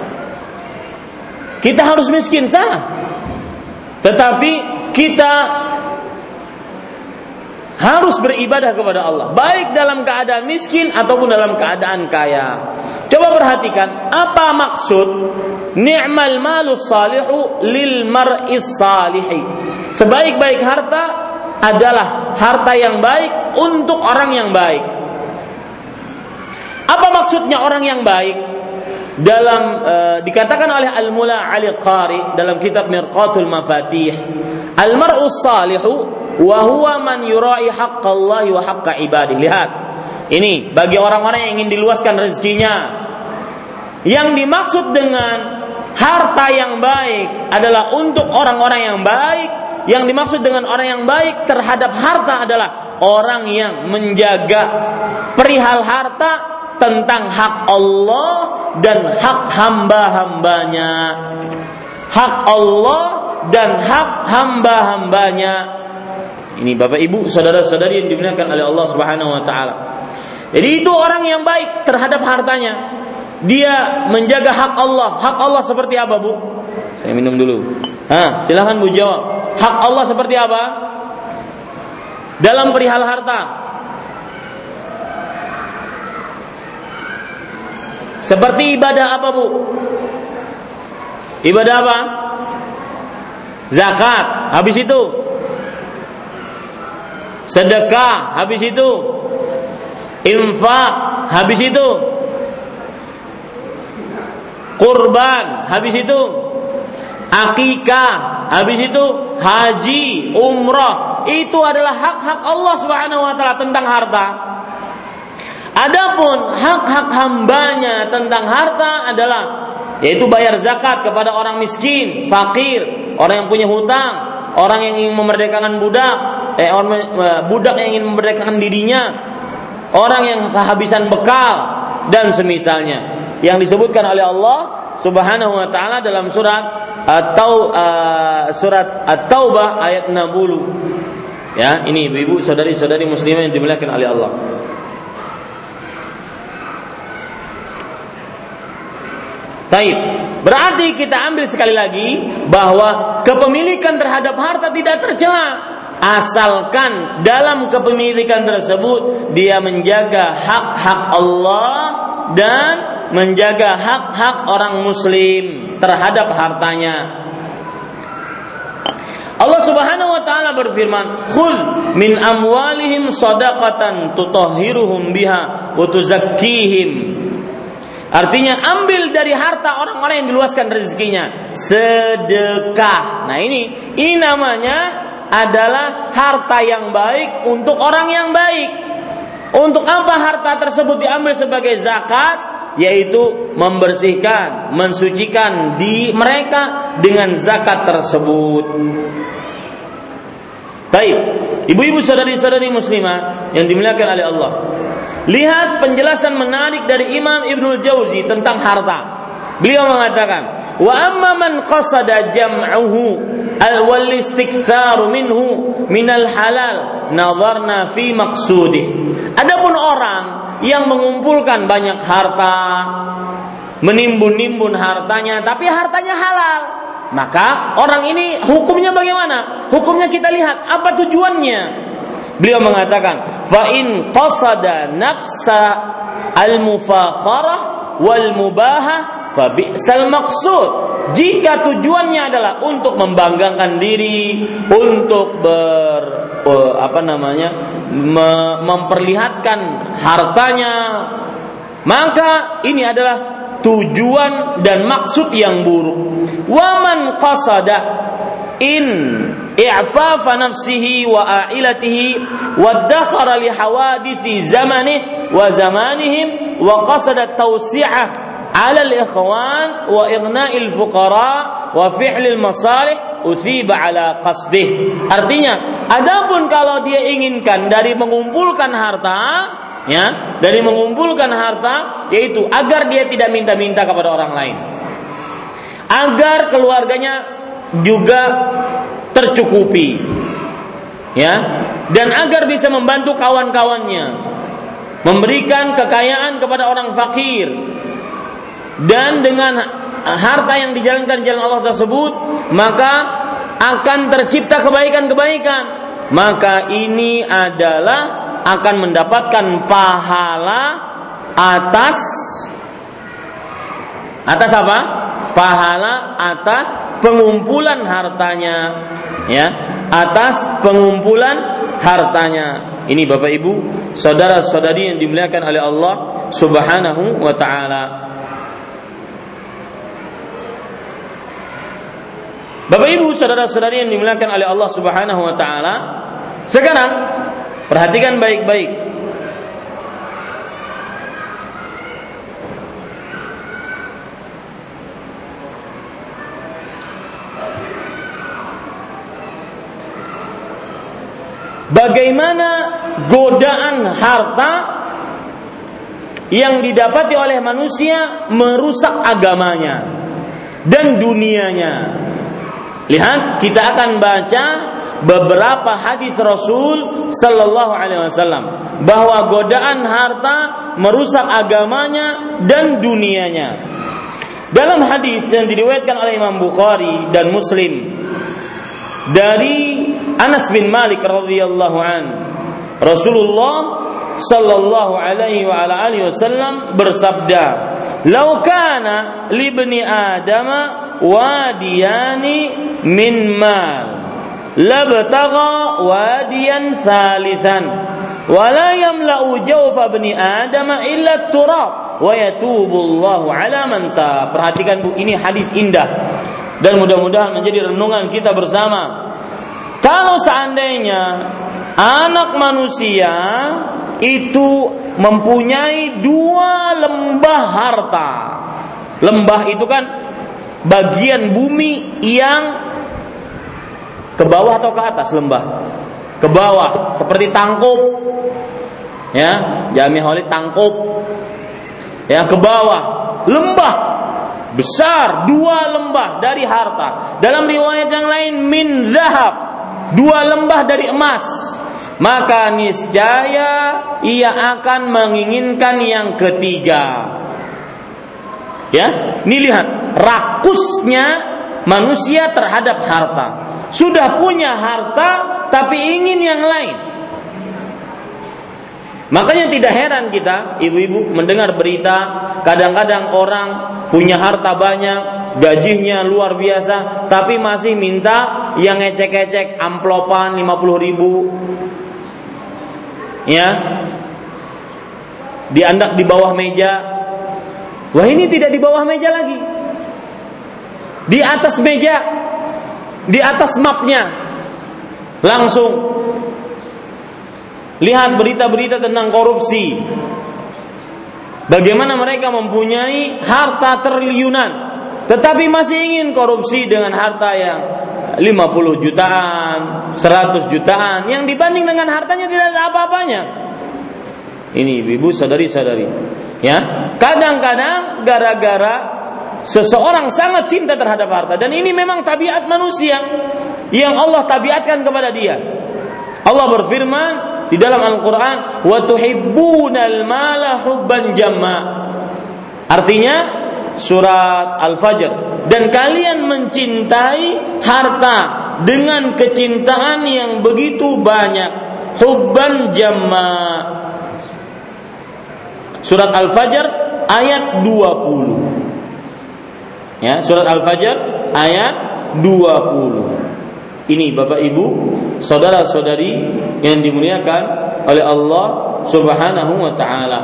Kita harus miskin, salah. Tetapi kita harus beribadah kepada Allah, baik dalam keadaan miskin ataupun dalam keadaan kaya. Coba perhatikan apa maksud ni'mal malus salihu lil mar'is salihi. Sebaik-baik harta adalah harta yang baik untuk orang yang baik. Apa maksudnya orang yang baik? Dalam uh, dikatakan oleh Al-Mula Ali Qari dalam kitab Mirqatul Mafatih, al-mar'us salihu wa huwa man yura'i haqqallahi wa haqqa ibadihi. Lihat, ini bagi orang-orang yang ingin diluaskan rezekinya. Yang dimaksud dengan harta yang baik adalah untuk orang-orang yang baik. Yang dimaksud dengan orang yang baik terhadap harta adalah orang yang menjaga perihal harta tentang hak Allah dan hak hamba-hambanya. Hak Allah dan hak hamba-hambanya. Ini Bapak Ibu, saudara-saudari yang dimuliakan oleh Allah Subhanahu wa taala. Jadi itu orang yang baik terhadap hartanya. Dia menjaga hak Allah. Hak Allah seperti apa, Bu? Saya minum dulu. Hah, silakan Bu jawab. Hak Allah seperti apa? Dalam perihal harta. Seperti ibadah apa, Bu? Ibadah apa? Zakat. Habis itu sedekah, habis itu infak, habis itu kurban, habis itu akikah, habis itu haji, umrah. Itu adalah hak-hak Allah Subhanahu wa taala tentang harta. Adapun hak-hak hambanya tentang harta adalah yaitu bayar zakat kepada orang miskin, fakir, orang yang punya hutang, orang yang ingin memerdekakan budak, eh orang, budak yang ingin memerdekakan dirinya, orang yang kehabisan bekal dan semisalnya yang disebutkan oleh Allah Subhanahu wa taala dalam surat atau uh, surat At-Taubah ayat enam puluh. Ya, ini ibu-ibu, saudari-saudari muslimah yang dimuliakan oleh Allah. Taib. Berarti kita ambil sekali lagi bahwa kepemilikan terhadap harta tidak tercela, asalkan dalam kepemilikan tersebut dia menjaga hak-hak Allah dan menjaga hak-hak orang muslim terhadap hartanya. Allah Subhanahu wa taala berfirman, "Khul min amwalihim shadaqatan tutahhiruhum biha wa tuzakkihim." Artinya ambil dari harta orang-orang yang diluaskan rezekinya, sedekah. Nah ini, ini namanya adalah harta yang baik untuk orang yang baik. Untuk apa harta tersebut diambil sebagai zakat? Yaitu membersihkan, mensucikan di mereka dengan zakat tersebut. Baik, ibu-ibu saudari-saudari muslimah yang dimuliakan oleh Allah. Lihat penjelasan menarik dari Imam Ibnul Jauzi tentang harta. Beliau mengatakan, "Wa amma man qasada jam'uhu al-wal istikthar minhu minal halal, nadharna fi maqsudih." Adapun orang yang mengumpulkan banyak harta, menimbun-nimbun hartanya, tapi hartanya halal, maka orang ini hukumnya bagaimana? Hukumnya kita lihat apa tujuannya. Beliau mengatakan, fa in qasada nafsa al-mufakharah wal mubahah fa bi'sal maqsud. Jika tujuannya adalah untuk membanggakan diri, untuk ber apa namanya? memperlihatkan hartanya, maka ini adalah tujuan dan maksud yang buruk. Wa man qasada in i'fafa nafsihi wa a'ilatihi wa dakhara li hawadithi zamanihi wa zamanihim wa qasada tawsi'ah 'ala al-ikhwan wa ighna'il fuqara wa fi'lil masalih uthiba 'ala qasdih. Artinya, adapun kalau dia inginkan dari mengumpulkan harta, ya, dari mengumpulkan harta yaitu agar dia tidak minta-minta kepada orang lain, agar keluarganya juga tercukupi, ya, dan agar bisa membantu kawan-kawannya, memberikan kekayaan kepada orang fakir, dan dengan harta yang dijalankan jalan Allah tersebut maka akan tercipta kebaikan-kebaikan, maka ini adalah akan mendapatkan pahala atas atas apa? Pahala atas pengumpulan hartanya, ya, atas pengumpulan hartanya. Ini Bapak Ibu, saudara-saudari yang dimuliakan oleh Allah Subhanahu wa taala. Bapak Ibu, saudara-saudari yang dimuliakan oleh Allah Subhanahu wa taala, sekarang perhatikan baik-baik. Bagaimana godaan harta yang didapati oleh manusia merusak agamanya dan dunianya. Lihat, kita akan baca beberapa hadis Rasul sallallahu alaihi wasallam bahwa godaan harta merusak agamanya dan dunianya. Dalam hadis yang diriwayatkan oleh Imam Bukhari dan Muslim dari Anas bin Malik radhiyallahu an, Rasulullah sallallahu alaihi wa ala alihi wasallam bersabda, "Lau kana libni Adama wadiyani min mal, labtagha wadiyan salisan wa la yamla'u jawfa bani adam illa turab wa yatubu Allahu 'ala man tab. Perhatikan Bu, ini hadis indah dan mudah-mudahan menjadi renungan kita bersama. Kalau seandainya anak manusia itu mempunyai dua lembah harta. Lembah itu kan bagian bumi yang ke bawah atau ke atas lembah? Ke bawah, seperti tangkup. Ya, Jami Holid tangkup. Ya, ke bawah, lembah besar, dua lembah dari harta. Dalam riwayat yang lain min zahab, dua lembah dari emas. Maka niscaya ia akan menginginkan yang ketiga. Ya, ini lihat rakusnya manusia terhadap harta. Sudah punya harta tapi ingin yang lain. Makanya tidak heran kita ibu-ibu mendengar berita kadang-kadang orang punya harta banyak, gajinya luar biasa, tapi masih minta yang ecek-ecek, amplopan lima puluh ribu. Ya, diandak di bawah meja. Wah, ini tidak di bawah meja lagi, di atas meja, di atas mapnya. Langsung lihat berita-berita tentang korupsi. Bagaimana mereka mempunyai harta triliunan, tetapi masih ingin korupsi dengan harta yang lima puluh jutaan, seratus jutaan, yang dibanding dengan hartanya tidak ada apa-apanya. Ini ibu saudari-saudari, ya, kadang-kadang gara-gara seseorang sangat cinta terhadap harta, dan ini memang tabiat manusia yang Allah tabiatkan kepada dia. Allah berfirman di dalam Al-Quran, wa tuhibbunal mala hubban jamma. Artinya surat Al-Fajr, dan kalian mencintai harta dengan kecintaan yang begitu banyak, hubban jamma. Surat Al-Fajr ayat dua puluh. Ya, surat Al-Fajr ayat dua puluh. Ini Bapak Ibu, saudara-saudari yang dimuliakan oleh Allah Subhanahu wa taala.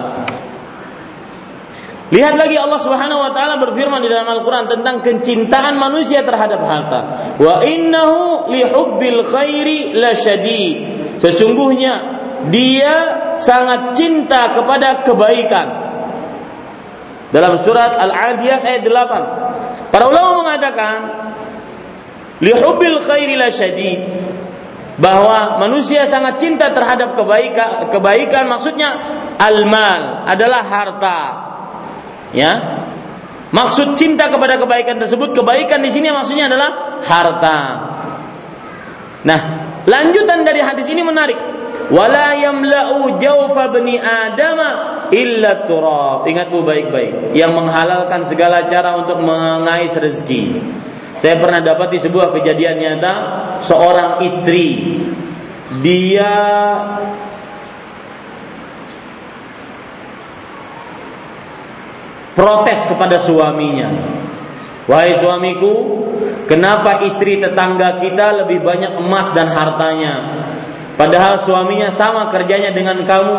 Lihat lagi Allah Subhanahu wa taala berfirman di dalam Al-Qur'an tentang kecintaan manusia terhadap harta. Wa innahu lihubbil khairi lasyadid. Sesungguhnya dia sangat cinta kepada kebaikan. Dalam surat Al-Adiyat ayat delapan. Para ulama mengatakan lihubbil khairi lasyadid, bahwa manusia sangat cinta terhadap kebaikan. Kebaikan maksudnya al-mal adalah harta. Ya, maksud cinta kepada kebaikan tersebut, kebaikan di sini maksudnya adalah harta. Nah, lanjutan dari hadis ini menarik. Wala yamla'u jawfa bani adama illa turab. Ingat Bu baik-baik, yang menghalalkan segala cara untuk mengais rezeki. Saya pernah dapat di sebuah kejadian nyata, seorang istri, dia protes kepada suaminya. Wahai suamiku, kenapa istri tetangga kita lebih banyak emas dan hartanya, padahal suaminya sama kerjanya dengan kamu.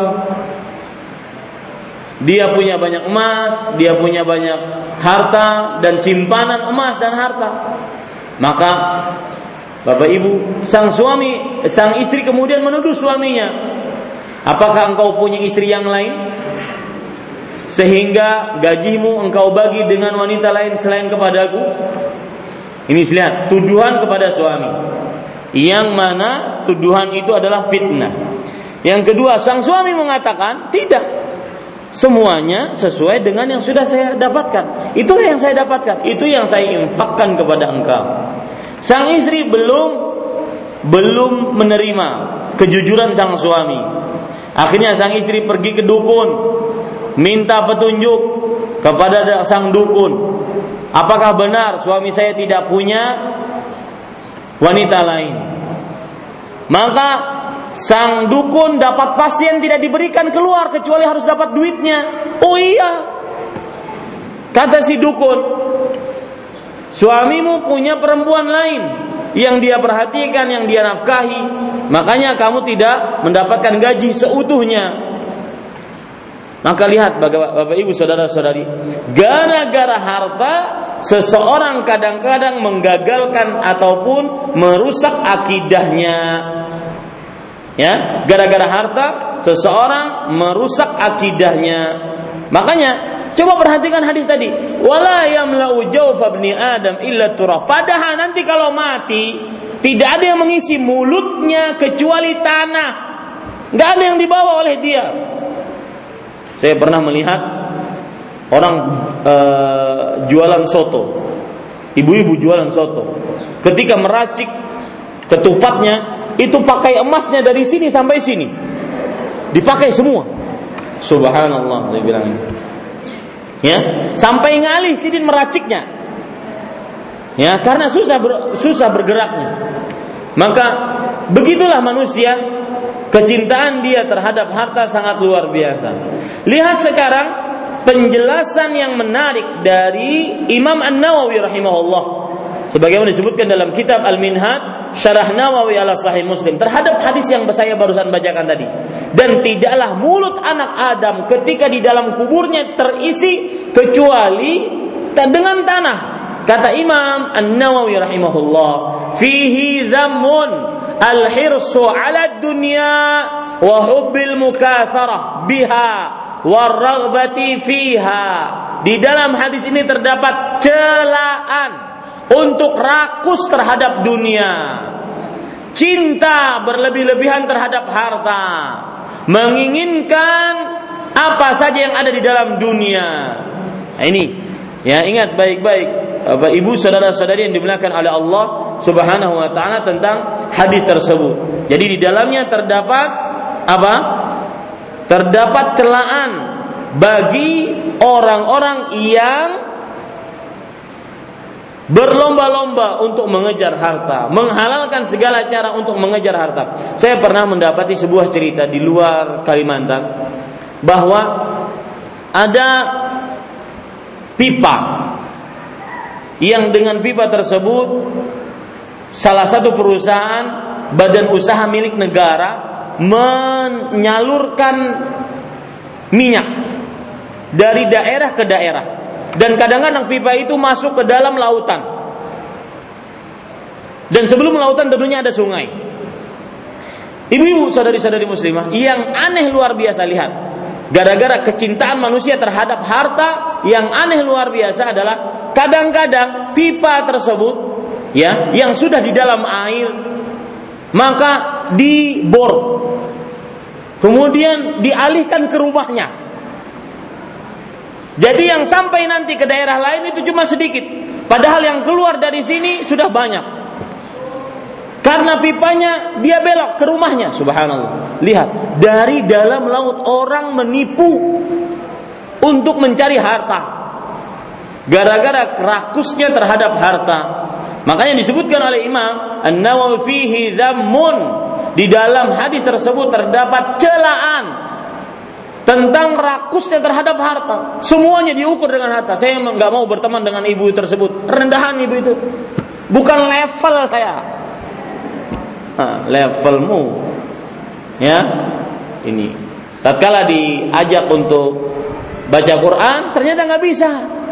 Dia punya banyak emas, dia punya banyak harta dan simpanan emas dan harta. Maka Bapak Ibu, sang suami, sang istri kemudian menuduh suaminya, apakah engkau punya istri yang lain sehingga gajimu engkau bagi dengan wanita lain selain kepadaku? Ini lihat tuduhan kepada suami, yang mana tuduhan itu adalah fitnah. Yang kedua, sang suami mengatakan tidak, semuanya sesuai dengan yang sudah saya dapatkan. Itulah yang saya dapatkan, itu yang saya infakkan kepada engkau. Sang istri belum belum menerima kejujuran sang suami. Akhirnya sang istri pergi ke dukun, minta petunjuk kepada sang dukun. Apakah benar suami saya tidak punya wanita lain? Maka sang dukun dapat pasien tidak diberikan keluar kecuali harus dapat duitnya. Oh iya, kata si dukun, suamimu punya perempuan lain yang dia perhatikan, yang dia nafkahi. Makanya kamu tidak mendapatkan gaji seutuhnya. Maka lihat Bapak Ibu saudara-saudari, gara-gara harta seseorang kadang-kadang menggagalkan ataupun merusak akidahnya. Ya, gara-gara harta seseorang merusak akidahnya. Makanya coba perhatikan hadis tadi, wala yamla'u jawfa ibni adam illa turab. Padahal nanti kalau mati tidak ada yang mengisi mulutnya kecuali tanah. Enggak ada yang dibawa oleh dia. Saya pernah melihat orang uh, jualan soto, ibu-ibu jualan soto. Ketika meracik ketupatnya, itu pakai emasnya dari sini sampai sini, dipakai semua. Subhanallah, saya bilang ini. Ya, sampai ngalih sidin meraciknya. Ya, karena susah ber, susah bergeraknya. Maka begitulah manusia, kecintaan dia terhadap harta sangat luar biasa. Lihat sekarang penjelasan yang menarik dari Imam An-Nawawi rahimahullah, sebagaimana disebutkan dalam kitab Al-Minhaj Syarah Nawawi ala Sahih Muslim terhadap hadis yang saya barusan bacakan tadi. Dan tidaklah mulut anak Adam ketika di dalam kuburnya terisi kecuali dengan tanah. Kata Imam An-Nawawi rahimahullah, fihi zammun al-hirsu 'ala dunya wa hubbil mukatharah biha war-raghbati fiha. Di dalam hadis ini terdapat celaan untuk rakus terhadap dunia, cinta berlebih-lebihan terhadap harta, menginginkan apa saja yang ada di dalam dunia. Nah, ini ya, ingat baik-baik Bapak Ibu saudara-saudari yang dimuliakan oleh Allah Subhanahu wa taala tentang hadis tersebut. Jadi di dalamnya terdapat apa? Terdapat celaan bagi orang-orang yang berlomba-lomba untuk mengejar harta, menghalalkan segala cara untuk mengejar harta. Saya pernah mendapati sebuah cerita di luar Kalimantan bahwa ada pipa yang dengan pipa tersebut salah satu perusahaan badan usaha milik negara menyalurkan minyak dari daerah ke daerah. Dan kadang-kadang pipa itu masuk ke dalam lautan. Dan sebelum lautan tentunya ada sungai. Ibu-ibu saudari-saudari muslimah, yang aneh luar biasa, lihat. Gara-gara kecintaan manusia terhadap harta, yang aneh luar biasa adalah kadang-kadang pipa tersebut ya, yang sudah di dalam air, maka dibor, kemudian dialihkan ke rumahnya. Jadi yang sampai nanti ke daerah lain itu cuma sedikit, padahal yang keluar dari sini sudah banyak. Karena pipanya dia belok ke rumahnya. Subhanallah. Lihat, dari dalam laut orang menipu untuk mencari harta, gara-gara kerakusnya terhadap harta. Makanya disebutkan oleh Imam An-Nawawi fihi dhammun, di dalam hadis tersebut terdapat celaan tentang rakusnya terhadap harta. Semuanya diukur dengan harta. Saya nggak mau berteman dengan ibu tersebut. Rendahan ibu itu, bukan level saya. Nah, levelmu, ya ini. Tatkala diajak untuk baca Quran, ternyata nggak bisa.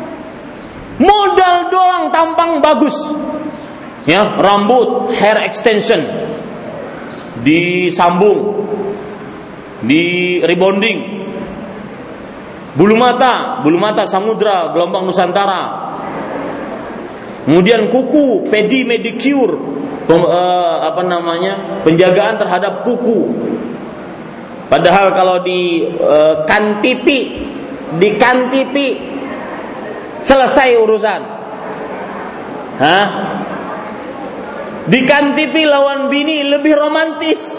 Modal doang, tampang bagus, ya, rambut, hair extension, disambung, di rebonding, bulu mata, bulu mata samudra, gelombang Nusantara. Kemudian kuku, pedi medicure, pem, uh, apa namanya, penjagaan terhadap kuku. Padahal kalau di uh, kantipi, di kantipi selesai urusan. Hah? Di kantipi lawan bini lebih romantis.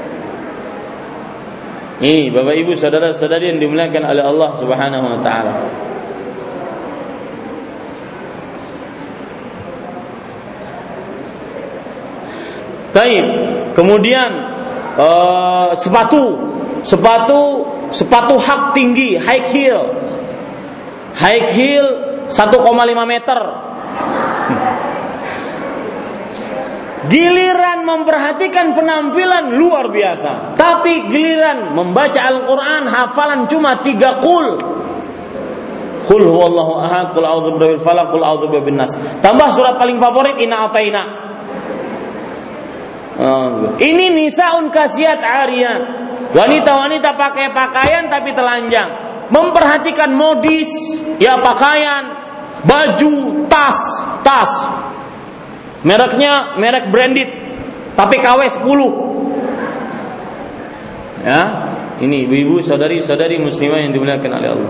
Ini Bapak Ibu saudara-saudari yang dimuliakan oleh Allah Subhanahu wa taala. Baik, kemudian uh, sepatu, sepatu, sepatu hak tinggi, high heel, high heel satu koma lima meter. giliran memperhatikan penampilan luar biasa, tapi giliran membaca Al-Quran hafalan cuma tiga qul. Qul huwallahu ahad, qul a'udzu birabbil falaq, qul a'udzu birabbin nas. Tambah surat paling favorit Inna A'taina. Oh, ini nisaun kasiyat ariyat. Wanita-wanita pakai pakaian tapi telanjang. Memperhatikan modis, ya pakaian, baju, tas, tas. Mereknya merek branded, tapi K W sepuluh. Ya, ini ibu-ibu, saudari-saudari muslimah yang dimuliakan oleh Allah.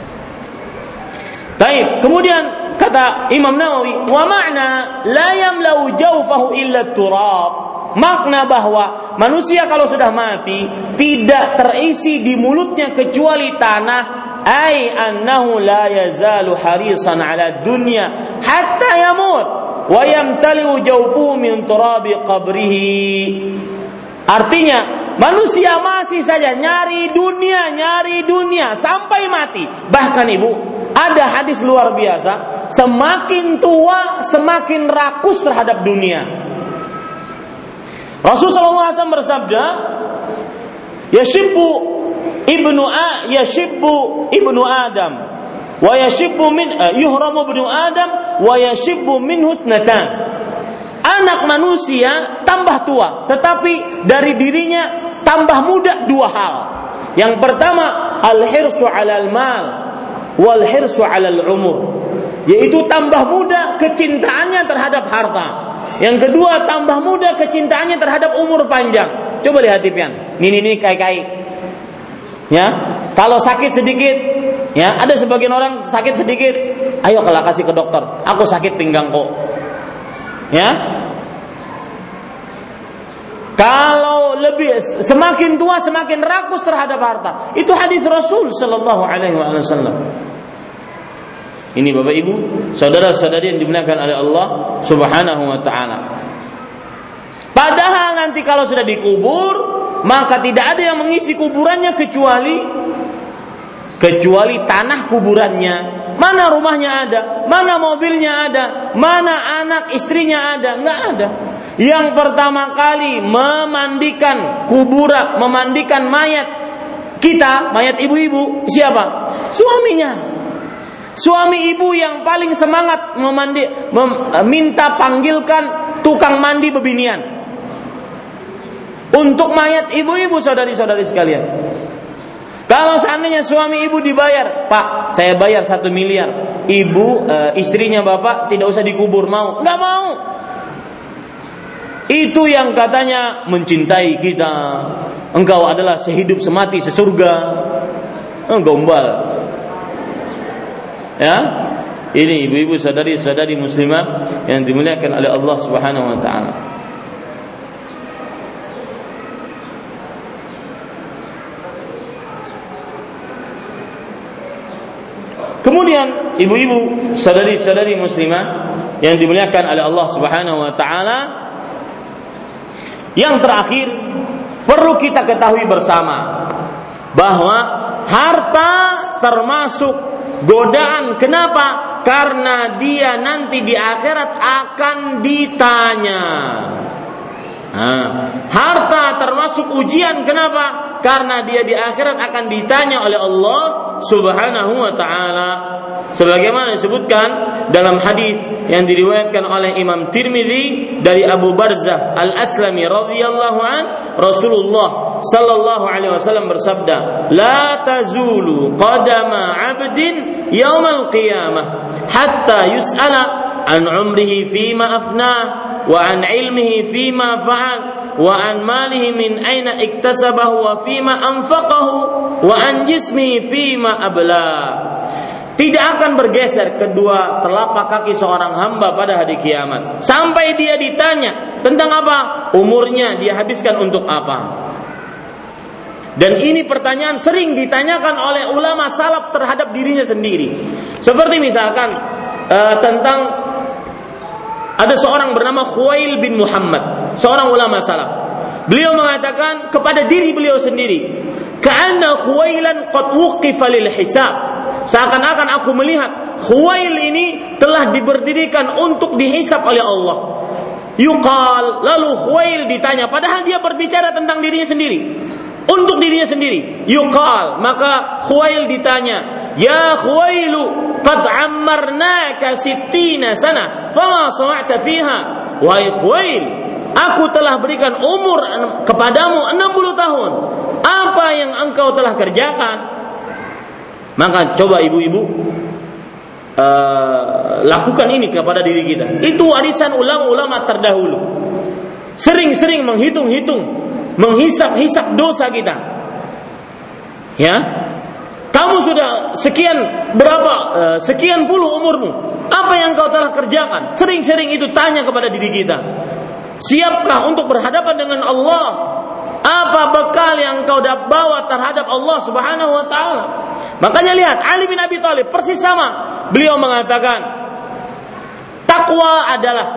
Baik, kemudian kata Imam Nawawi, wa ma'na la yamlau jawfahu illa turab. Makna bahwa manusia kalau sudah mati tidak terisi di mulutnya kecuali tanah, ai annahu la yazalu harisan ala dunya hatta yamut wa yamtali'u jawfuhu min turabi qabrihi. Artinya manusia masih saja nyari dunia, nyari dunia sampai mati. Bahkan ibu, ada hadis luar biasa, semakin tua semakin rakus terhadap dunia. Rasulullah shallallahu alaihi wasallam bersabda, yashibbu ibnu a yashibbu ibnu Adam wa yashibbu min uh, yuhramu ibnu Adam wa yashibbu minhu ithnatan. Anak manusia tambah tua, tetapi dari dirinya tambah muda dua hal. Yang pertama, al-hirsu 'alal mal wal hirsu 'alal umur, yaitu tambah muda kecintaannya terhadap harta. Yang kedua, tambah muda kecintaannya terhadap umur panjang. Coba lihat pian, ini ini kai-kai. Ya, kalau sakit sedikit, ya ada sebagian orang sakit sedikit, ayo kalau kasih ke dokter, aku sakit pinggang kok. Ya, kalau lebih semakin tua semakin rakus terhadap harta. Itu hadis Rasul sallallahu alaihi wasallam. Ini Bapak Ibu, saudara-saudari yang dimuliakan oleh Allah Subhanahu wa taala. Padahal nanti kalau sudah dikubur, maka tidak ada yang mengisi kuburannya kecuali kecuali tanah kuburannya. Mana rumahnya ada, mana mobilnya ada, mana anak istrinya ada, enggak ada. Yang pertama kali memandikan kuburan, memandikan mayat kita, mayat ibu-ibu, siapa? Suaminya. Suami ibu yang paling semangat memandi, mem, minta panggilkan tukang mandi bebinian untuk mayat ibu-ibu, saudari-saudari sekalian. Kalau seandainya suami ibu dibayar, Pak, saya bayar satu miliar, ibu e, istrinya bapak tidak usah dikubur, mau? Nggak mau. Itu yang katanya mencintai kita. Engkau adalah sehidup semati sesurga. Gombal. Ya, ini ibu-ibu, saudari-saudari muslimah yang dimuliakan oleh Allah Subhanahu wa taala. Kemudian ibu-ibu, saudari-saudari muslimah yang dimuliakan oleh Allah Subhanahu wa taala, yang terakhir perlu kita ketahui bersama bahwa harta termasuk godaan. Kenapa? Karena dia nanti di akhirat akan ditanya. Nah, harta termasuk ujian. Kenapa? Karena dia di akhirat akan ditanya oleh Allah Subhanahu wa taala. Sebagaimana disebutkan dalam hadis yang diriwayatkan oleh Imam Tirmidzi dari Abu Barzah Al-Aslami radhiyallahu an, Rasulullah sallallahu alaihi wasallam bersabda, "La tazulu qadama 'abdin yaumal qiyamah hatta yus'ala an 'umrihi fima afnah wa an 'ilmihi fima fa'al wa an malihi min aina iktasabahu wa fima anfaqahu wa an jismihi fima abla." Tidak akan bergeser kedua telapak kaki seorang hamba pada hari kiamat sampai dia ditanya tentang apa? Umurnya dia habiskan untuk apa? Dan ini pertanyaan sering ditanyakan oleh ulama salaf terhadap dirinya sendiri. Seperti misalkan uh, tentang ada seorang bernama Khuwail bin Muhammad, seorang ulama salaf. Beliau mengatakan kepada diri beliau sendiri, "Ka'anna Khuwailan qad wuqifa lil hisab." Seakan-akan aku melihat Khuwail ini telah diberdirikan untuk dihisab oleh Allah. yuqal, lalu Khuwail ditanya, padahal dia berbicara tentang dirinya sendiri, untuk dirinya sendiri. Yuqal, maka Khuwail ditanya, ya Khuwailu, qad ammarnaka sittina sana, fama sana'ta fiha. Wahai Khuwail, aku telah berikan umur kepadamu enam puluh tahun. Apa yang engkau telah kerjakan? Maka coba ibu-ibu uh, lakukan ini kepada diri kita. Itu warisan ulama-ulama terdahulu. Sering-sering menghitung-hitung, menghisap-hisap dosa kita. Ya, kamu sudah sekian berapa uh, sekian puluh umurmu. Apa yang kau telah kerjakan? Sering-sering itu tanya kepada diri kita. Siapkah untuk berhadapan dengan Allah? Apa bekal yang kau bawa terhadap Allah Subhanahu wa taala? Makanya lihat Ali bin Abi Thalib persis sama. Beliau mengatakan, takwa adalah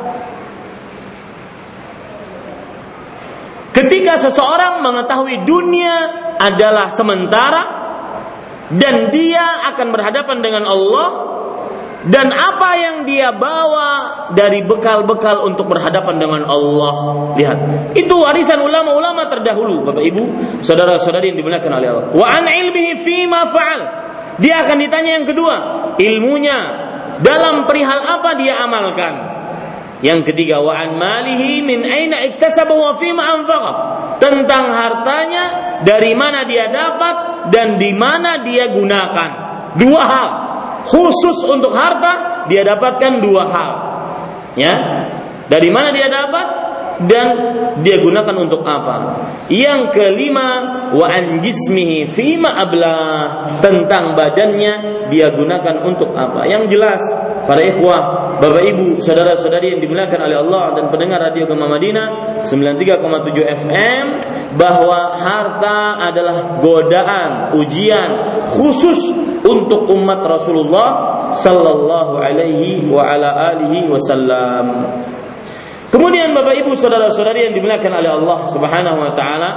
ketika seseorang mengetahui dunia adalah sementara dan dia akan berhadapan dengan Allah, dan apa yang dia bawa dari bekal-bekal untuk berhadapan dengan Allah. Lihat, itu warisan ulama-ulama terdahulu, Bapak Ibu, saudara-saudari yang dimuliakan oleh Allah. Wa an ilmihi fima fa'al. Dia akan ditanya yang kedua, ilmunya dalam perihal apa dia amalkan. Yang ketiga, wa an malihi min aina iktasabahu wa fima anfaqa. Tentang hartanya, dari mana dia dapat dan di mana dia gunakan. Dua hal. Khusus untuk harta dia dapatkan dua hal, ya, dari mana dia dapat dan dia gunakan untuk apa. Yang kelima, wa an jismihi fima abla, tentang badannya dia gunakan untuk apa. Yang jelas para ikhwah, Bapak Ibu, saudara-saudari yang dimuliakan oleh Allah dan pendengar radio Gema Madinah sembilan puluh tiga koma tujuh F M, bahwa harta adalah godaan, ujian khusus untuk umat Rasulullah sallallahu alaihi wa ala alihi wasallam. Kemudian Bapak Ibu, saudara-saudari yang dimuliakan oleh Allah Subhanahu wa taala,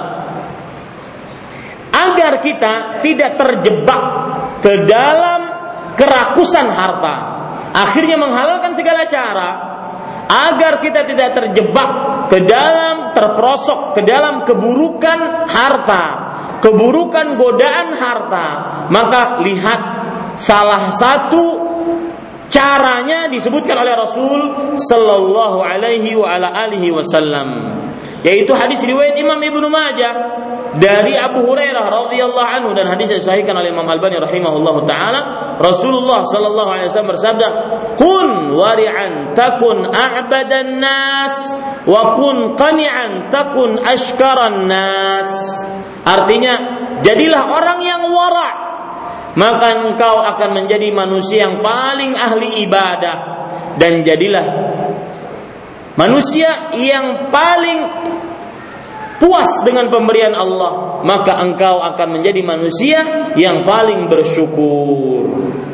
agar kita tidak terjebak ke dalam kerakusan harta, akhirnya menghalalkan segala cara, agar kita tidak terjebak ke dalam, terperosok ke dalam keburukan harta, keburukan godaan harta, maka lihat salah satu caranya disebutkan oleh Rasul sallallahu alaihi wa ala alihi wasallam, yaitu hadis riwayat Imam Ibnu Majah dari Abu Hurairah radhiyallahu anhu, dan hadis disahihkan oleh Imam Albani rahimahullahu taala. Rasulullah sallallahu alaihi wasallam bersabda, "Kun wari'an takun a'badan nas wa kun qani'an takun ashkaran nas." Artinya, jadilah orang yang wara', maka engkau akan menjadi manusia yang paling ahli ibadah, dan jadilah manusia yang paling puas dengan pemberian Allah, maka engkau akan menjadi manusia yang paling bersyukur.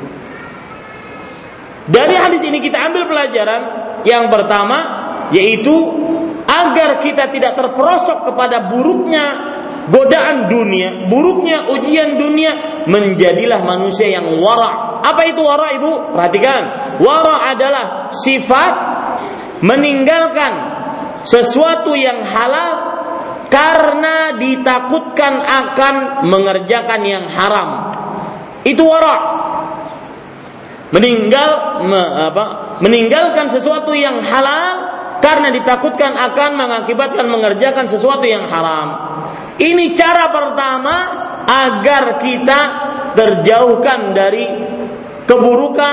Dari hadis ini kita ambil pelajaran yang pertama, yaitu agar kita tidak terperosok kepada buruknya godaan dunia, buruknya ujian dunia, menjadilah manusia yang wara'. Apa itu wara', Ibu? Perhatikan. Wara' adalah sifat meninggalkan sesuatu yang halal karena ditakutkan akan mengerjakan yang haram. Itu wara'. Meninggal me, apa? Meninggalkan sesuatu yang halal karena ditakutkan akan mengakibatkan mengerjakan sesuatu yang haram. Ini cara pertama agar kita terjauhkan dari keburukan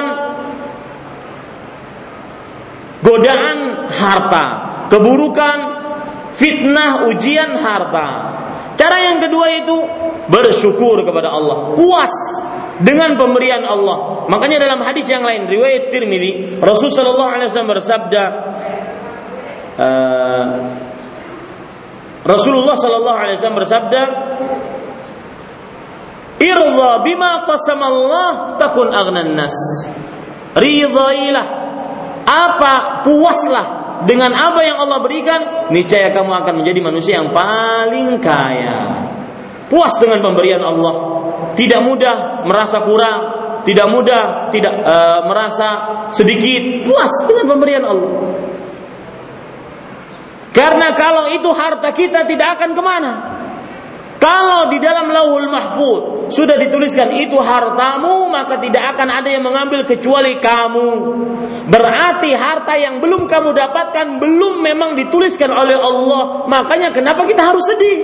godaan harta, keburukan fitnah ujian harta. Cara yang kedua itu bersyukur kepada Allah, puas dengan pemberian Allah. Makanya dalam hadis yang lain riwayat Tirmidzi, Rasul sallallahu alaihi wasallam bersabda, uh, Rasulullah sallallahu alaihi wasallam bersabda, "Irdha bima qasamallah takun aghnan nas." Ridhailah, apa puaslah dengan apa yang Allah berikan, niscaya kamu akan menjadi manusia yang paling kaya. Puas dengan pemberian Allah, tidak mudah merasa kurang, tidak mudah tidak uh, merasa sedikit, puas dengan pemberian Allah. Karena kalau itu harta kita tidak akan kemana. Kalau di dalam Lauhul Mahfuz sudah dituliskan itu hartamu, maka tidak akan ada yang mengambil kecuali kamu. Berarti harta yang belum kamu dapatkan belum memang dituliskan oleh Allah. Makanya kenapa kita harus sedih?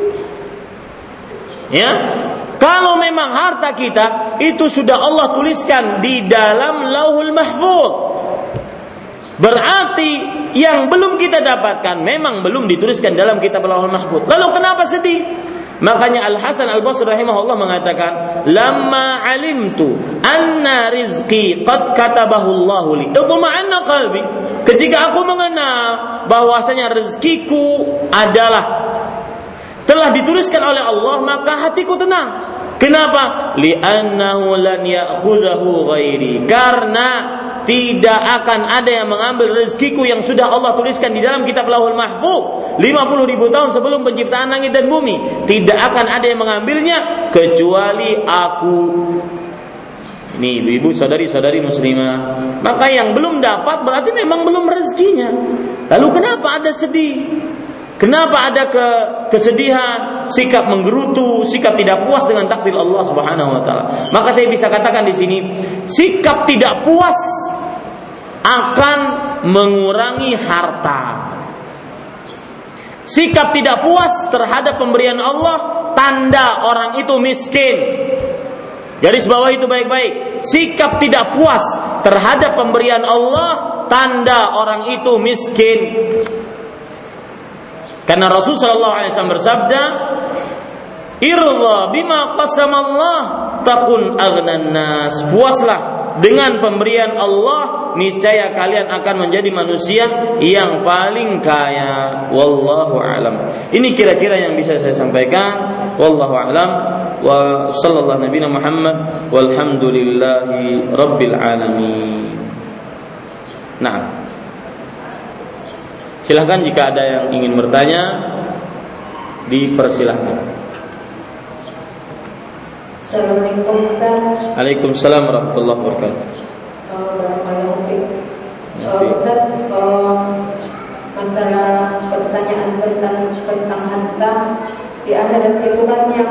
Ya, kalau memang harta kita itu sudah Allah tuliskan di dalam Lauhul Mahfuz, berarti yang belum kita dapatkan memang belum dituliskan dalam kitab Lauhul Mahfuz. Lalu kenapa sedih? Makanya Al Hasan Al Basri rahimahullah mengatakan, "Lamma alimtu anna rizqi qad katabahu Allahu li, itma'anna qalbi." Ketika aku mengenal bahwasanya rezekiku adalah telah dituliskan oleh Allah, maka hatiku tenang. Kenapa? Li'annahu lan ya'khudhahu ghairi. Karena tidak akan ada yang mengambil rezekiku yang sudah Allah tuliskan di dalam kitab Lauhul Mahfuz lima puluh ribu tahun sebelum penciptaan langit dan bumi. Tidak akan ada yang mengambilnya kecuali aku. Ini ibu-ibu, saudari-saudari muslimah. Maka yang belum dapat berarti memang belum rezekinya. Lalu kenapa ada sedih? Kenapa ada ke, kesedihan, sikap menggerutu, sikap tidak puas dengan takdir Allah Subhanahu wa taala? Maka saya bisa katakan di sini, sikap tidak puas akan mengurangi harta. Sikap tidak puas terhadap pemberian Allah tanda orang itu miskin. Garis bawah itu baik-baik. Sikap tidak puas terhadap pemberian Allah tanda orang itu miskin. Karena Rasulullah sallallahu alaihi wasallam bersabda, "Irda bima qasamallah takun aghnan nas." Puaslah dengan pemberian Allah, niscaya kalian akan menjadi manusia yang paling kaya. Wallahu alam. Ini kira-kira yang bisa saya sampaikan. Wallahu alam. Wa sallallahu nabiyana Muhammad walhamdulillahi rabbil alamin. Nah, silahkan jika ada yang ingin bertanya, dipersilahkan. Assalamualaikum Ustaz. Waalaikumsalam warahmatullahi wabarakatuh. Ustaz, masalah pertanyaan tentang tentang harta di akhirat itu kan yang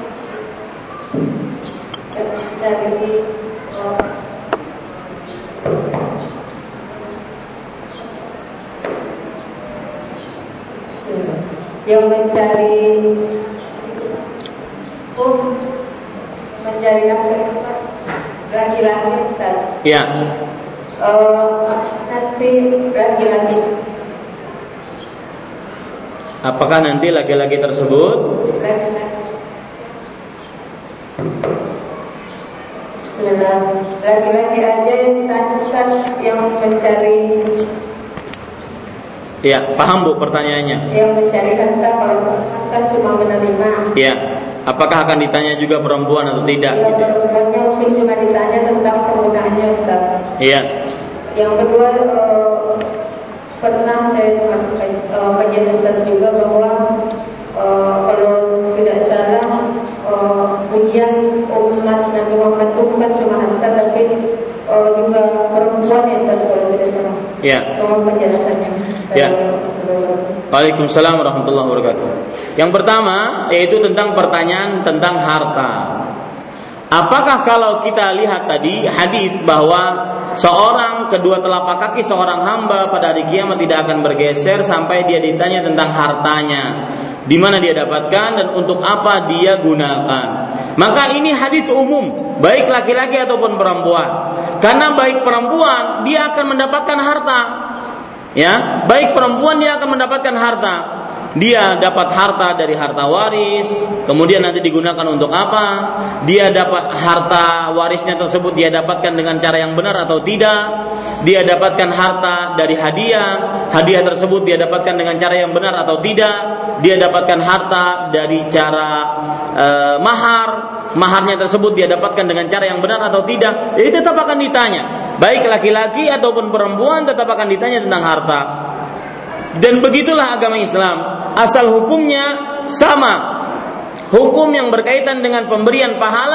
dari yang mencari um mencari laki-laki Ustaz. Ya. Uh, nanti laki-laki. Apakah nanti laki-laki tersebut? Laki-laki. Bismillah. Laki-laki aja yang ditanyakan yang mencari. Ya, paham Bu pertanyaannya. Yang mencari harta kalau kan cuma menerima. Ya, apakah akan ditanya juga perempuan atau tidak? Yang gitu. perempuannya mungkin cuma ditanya tentang penggunaannya Ustaz. Iya. Yang kedua uh, pernah saya melakukan uh, penjelasan juga bahwa uh, kalau tidak salah uh, ujian umat Nabi Muhammad itu bukan cuma harta tapi uh, juga perempuan yang Ustaz kalau tidak salah. Iya. Mohon penjelasannya. Ya. Waalaikumsalam warahmatullahi wabarakatuh. Yang pertama yaitu tentang pertanyaan tentang harta. Apakah kalau kita lihat tadi hadis bahwa seorang kedua telapak kaki seorang hamba pada hari kiamat tidak akan bergeser sampai dia ditanya tentang hartanya, di mana dia dapatkan dan untuk apa dia gunakan. Maka ini hadis umum, baik laki-laki ataupun perempuan. Karena baik perempuan dia akan mendapatkan harta. Ya, baik perempuan dia akan mendapatkan harta. Dia dapat harta dari harta waris, kemudian nanti digunakan untuk apa? Dia dapat harta warisnya tersebut dia dapatkan dengan cara yang benar atau tidak? Dia dapatkan harta dari hadiah, hadiah tersebut dia dapatkan dengan cara yang benar atau tidak? Dia dapatkan harta dari cara uh, mahar, maharnya tersebut dia dapatkan dengan cara yang benar atau tidak? Itu tetap akan ditanya. Baik laki-laki ataupun perempuan tetap akan ditanya tentang harta. Dan begitulah agama Islam. Asal hukumnya sama. Hukum yang berkaitan dengan pemberian pahala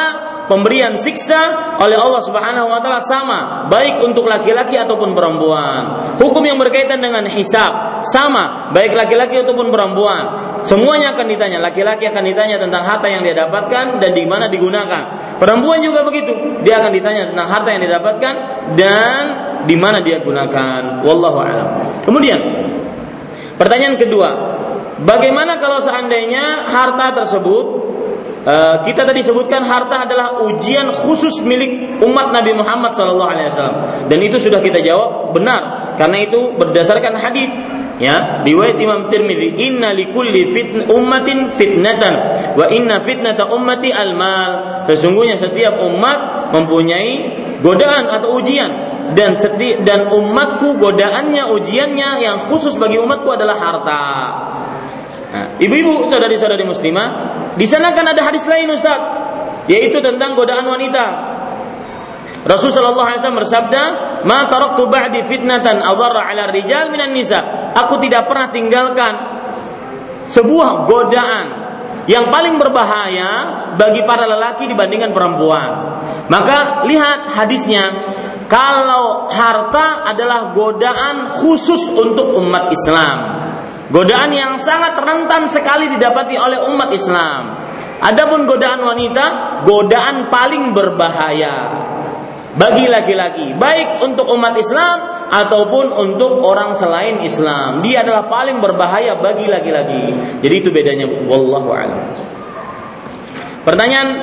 pemberian siksa oleh Allah Subhanahu wa taala sama, baik untuk laki-laki ataupun perempuan. Hukum yang berkaitan dengan hisab sama, baik laki-laki ataupun perempuan. Semuanya akan ditanya. Laki-laki akan ditanya tentang harta yang dia dapatkan dan di mana digunakan. Perempuan juga begitu, dia akan ditanya tentang harta yang didapatkan dan di mana dia gunakan. Wallahu a'lam. Kemudian pertanyaan kedua, bagaimana kalau seandainya harta tersebut, Uh, kita tadi sebutkan harta adalah ujian khusus milik umat Nabi Muhammad sallallahu alaihi wasallam, dan itu sudah kita jawab benar karena itu berdasarkan hadis, ya, riwayat Imam Tirmidzi, inna likulli fitn ummatin fitnatan wa inna fitnata ummati al-mal. Sesungguhnya setiap umat mempunyai godaan atau ujian, dan seti- dan umatku godaannya, ujiannya yang khusus bagi umatku adalah harta. Nah, ibu-ibu, saudari-saudari muslimah, di sana kan ada hadis lain, Ustaz, yaitu tentang godaan wanita. Rasulullah sallallahu alaihi wasallam bersabda, "Ma taraktu ba'di fitnatan adharra 'ala ar-rijal minan nisa." Aku tidak pernah tinggalkan sebuah godaan yang paling berbahaya bagi para lelaki dibandingkan perempuan. Maka lihat hadisnya, kalau harta adalah godaan khusus untuk umat Islam, godaan yang sangat rentan sekali didapati oleh umat Islam. Adapun godaan wanita, godaan paling berbahaya bagi laki-laki, baik untuk umat Islam ataupun untuk orang selain Islam. Dia adalah paling berbahaya bagi laki-laki. Jadi itu bedanya. Wallahu a'lam. Pertanyaan,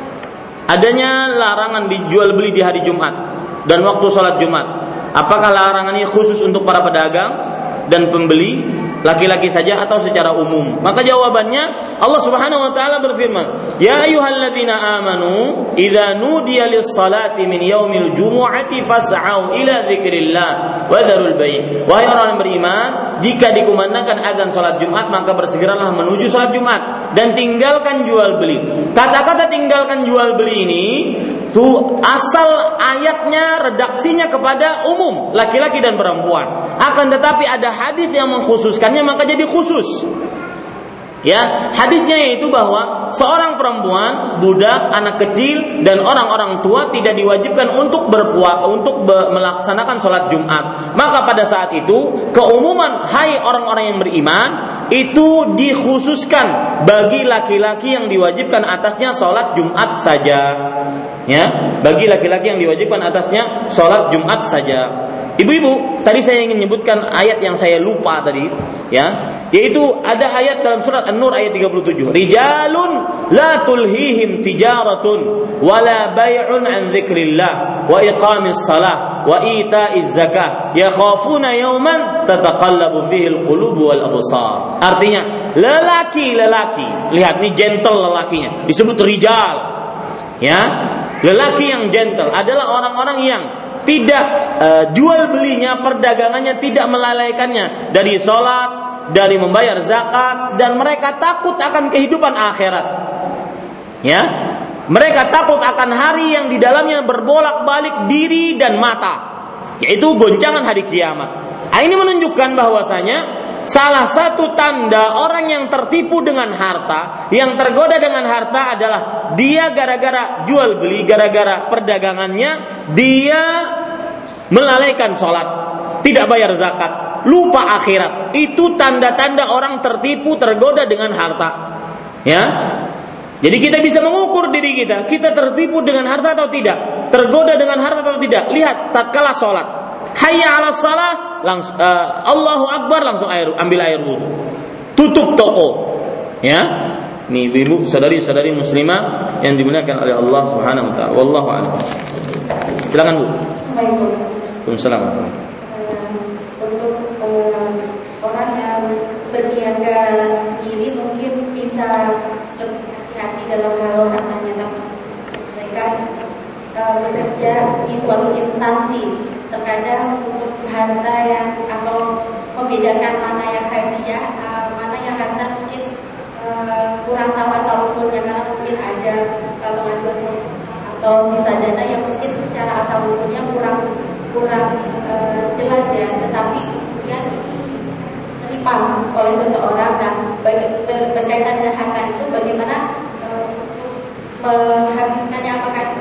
adanya larangan dijual beli di hari Jumat dan waktu sholat Jumat. Apakah larangan ini khusus untuk para pedagang dan pembeli, laki-laki saja atau secara umum? Maka jawabannya, Allah Subhanahu wa taala berfirman, "Ya ayyuhalladzina amanu idza nudiya lis-salati min yaumil jumu'ati fas'au ila dzikrillah wa dzarul bai'." Wahai orang yang beriman, jika dikumandangkan azan salat Jumat, maka bersegeralah menuju salat Jumat dan tinggalkan jual beli. Kata-kata tinggalkan jual beli ini tuh asal ayatnya, redaksinya kepada umum, laki-laki dan perempuan. Akan tetapi ada hadis yang mengkhususkannya, maka jadi khusus. Ya, hadisnya yaitu bahwa seorang perempuan, budak, anak kecil dan orang-orang tua tidak diwajibkan untuk berpuasa, untuk be- melaksanakan sholat Jumat. Maka pada saat itu keumuman, hai orang-orang yang beriman, itu dikhususkan bagi laki-laki yang diwajibkan atasnya sholat Jumat saja. Ya, bagi laki-laki yang diwajibkan atasnya sholat Jumat saja. Ibu-ibu, tadi saya ingin menyebutkan ayat yang saya lupa tadi, ya, yaitu ada ayat dalam surat An-Nur ayat tiga puluh tujuh. Rijalun la tulhihim tijaratun wala bai'un an dzikrillah wa iqamis shalah wa ita'iz zakah yakhafuna yawman tataqallabu fihi al-qulub wal absar. Artinya, lelaki-lelaki, lihat nih, gentle lelakinya, disebut rijal. Ya, lelaki yang gentle adalah orang-orang yang tidak uh, jual belinya, perdagangannya tidak melalaikannya dari sholat, dari membayar zakat, dan mereka takut akan kehidupan akhirat. Ya, mereka takut akan hari yang di dalamnya berbolak-balik diri dan mata, yaitu goncangan hari kiamat. Nah, ini menunjukkan bahwasanya salah satu tanda orang yang tertipu dengan harta, yang tergoda dengan harta adalah dia gara-gara jual beli, gara-gara perdagangannya dia melalaikan sholat, tidak bayar zakat, lupa akhirat. Itu tanda-tanda orang tertipu, tergoda dengan harta. Ya, jadi kita bisa mengukur diri kita, kita tertipu dengan harta atau tidak, tergoda dengan harta atau tidak. Lihat, tatkala sholat, hayya 'alas shalah, langsung uh, Allahu Akbar, langsung air, ambil air wudu, tutup toko. Ya, nih ibu, saudari-saudari muslimah yang dimuliakan oleh Allah Subhanahu wa taala. Wallahu a'lam. Silakan Bu. Waalaikumsalam. Untuk uh, orang yang berniaga diri mungkin bisa lebih hati-hati dalam hal hartanya. Mereka uh, bekerja di suatu instansi, terkadang untuk harta yang atau membedakan mana yang hadiah, uh, mana yang harta mungkin uh, kurang tahu asal usulnya, karena mungkin ada uh, pengaduan atau sisa dana yang mungkin secara asal usulnya kurang kurang uh, jelas ya, tetapi kemudian terlipat oleh seseorang. Nah, berkaitan dengan harta itu bagaimana uh, menghabiskannya, apakah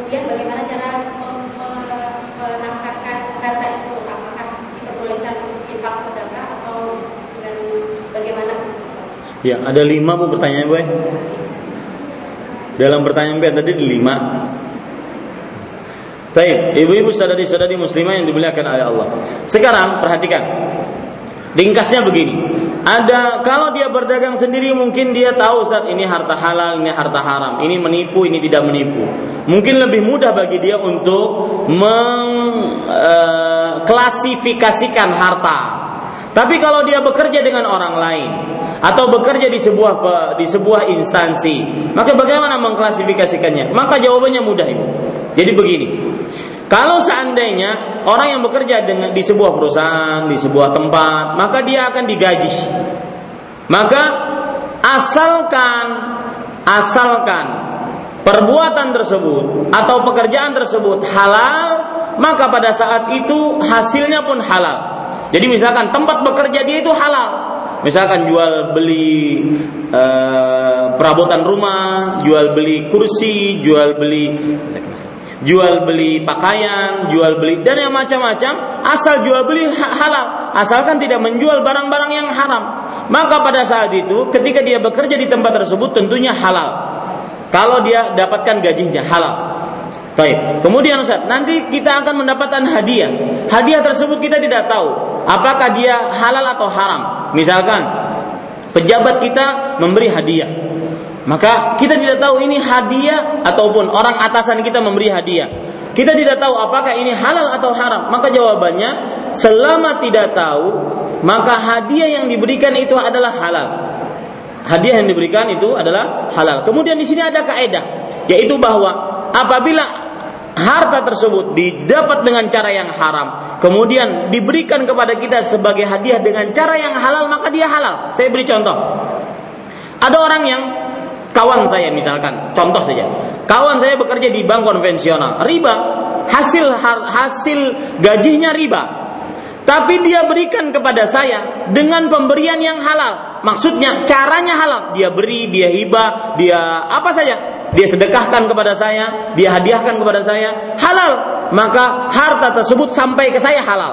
Kemudian bagaimana cara menafkahkan harta itu? Apakah diperbolehkan infak sedekah atau dengan bagaimana? Ya, ada lima bu pertanyaan bu. Dalam pertanyaan bu tadi lima. Baik, ibu-ibu saudari-saudari muslimah yang dimuliakan oleh Allah. Sekarang perhatikan. Ringkasnya begini. Ada kalau dia berdagang sendiri mungkin dia tahu saat ini harta halal, ini harta haram, ini menipu, ini tidak menipu. Mungkin lebih mudah bagi dia untuk mengklasifikasikan uh, harta. Tapi kalau dia bekerja dengan orang lain atau bekerja di sebuah di sebuah instansi, maka bagaimana mengklasifikasikannya? Maka jawabannya mudah Ibu. Jadi begini. Kalau seandainya orang yang bekerja dengan di sebuah perusahaan, di sebuah tempat, maka dia akan digaji. Maka asalkan asalkan perbuatan tersebut atau pekerjaan tersebut halal, maka pada saat itu hasilnya pun halal. Jadi misalkan tempat bekerja dia itu halal. Misalkan jual beli e, perabotan rumah, jual beli kursi, jual beli jual beli pakaian, jual beli dan yang macam-macam, asal jual beli halal, asalkan tidak menjual barang-barang yang haram. Maka pada saat itu ketika dia bekerja di tempat tersebut tentunya halal. Kalau dia dapatkan gajinya halal. Baik. Kemudian Ustaz, nanti kita akan mendapatkan hadiah. Hadiah tersebut kita tidak tahu apakah dia halal atau haram. Misalkan pejabat kita memberi hadiah, maka kita tidak tahu ini hadiah ataupun orang atasan kita memberi hadiah. Kita tidak tahu apakah ini halal atau haram. Maka jawabannya, selama tidak tahu, maka hadiah yang diberikan itu adalah halal. Hadiah yang diberikan itu adalah halal. Kemudian di sini ada kaidah, yaitu bahwa apabila harta tersebut didapat dengan cara yang haram, kemudian diberikan kepada kita sebagai hadiah dengan cara yang halal, maka dia halal. Saya beri contoh. Ada orang yang kawan saya misalkan, contoh saja, kawan saya bekerja di bank konvensional, riba, hasil hasil gajinya riba, tapi dia berikan kepada saya dengan pemberian yang halal. Maksudnya caranya halal, dia beri, dia hibah, dia apa saja, dia sedekahkan kepada saya, dia hadiahkan kepada saya, halal, maka harta tersebut sampai ke saya halal.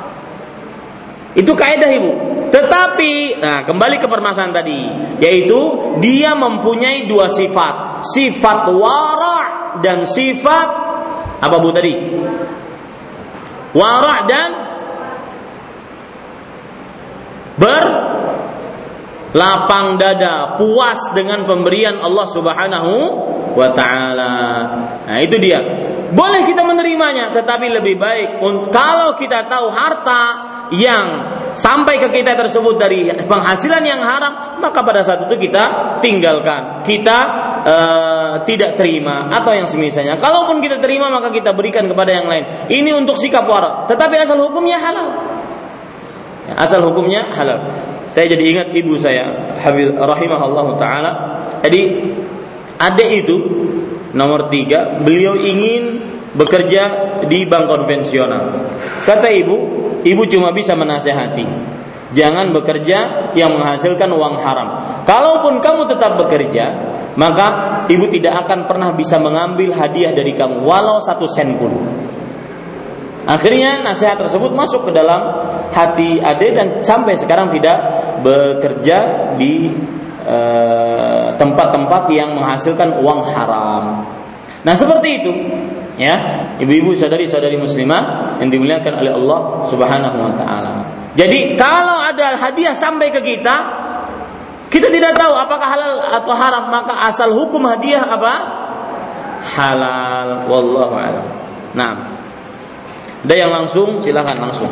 Itu kaidah Ibu. Tetapi, nah kembali ke permasalahan tadi, yaitu dia mempunyai dua sifat, sifat wara' dan sifat apa Bu tadi? Wara' dan berlapang dada, puas dengan pemberian Allah Subhanahu wa ta'ala. Nah, itu dia. Boleh kita menerimanya, tetapi lebih baik kalau kita tahu harta yang sampai ke kita tersebut dari penghasilan yang haram, maka pada saat itu kita tinggalkan, kita uh, tidak terima atau yang semisalnya. Kalaupun kita terima, maka kita berikan kepada yang lain. Ini untuk sikap wara', tetapi asal hukumnya halal. Asal hukumnya halal. Saya jadi ingat ibu saya, Hafiz rahimahullah taala. Jadi adik itu nomor tiga, beliau ingin bekerja di bank konvensional. Kata ibu, ibu cuma bisa menasehati, jangan bekerja yang menghasilkan uang haram. Kalaupun kamu tetap bekerja, maka ibu tidak akan pernah bisa mengambil hadiah dari kamu, walau satu sen pun. Akhirnya nasihat tersebut masuk ke dalam hati ade dan sampai sekarang tidak bekerja di e, tempat-tempat yang menghasilkan uang haram. Nah seperti itu, ya ibu-ibu saudari-saudari muslimah yang dimuliakan oleh Allah Subhanahu wa taala. Jadi kalau ada hadiah sampai ke kita, kita tidak tahu apakah halal atau haram, maka asal hukum hadiah apa? Halal. Wallahu a'lam. Nah, ada yang langsung, silakan langsung.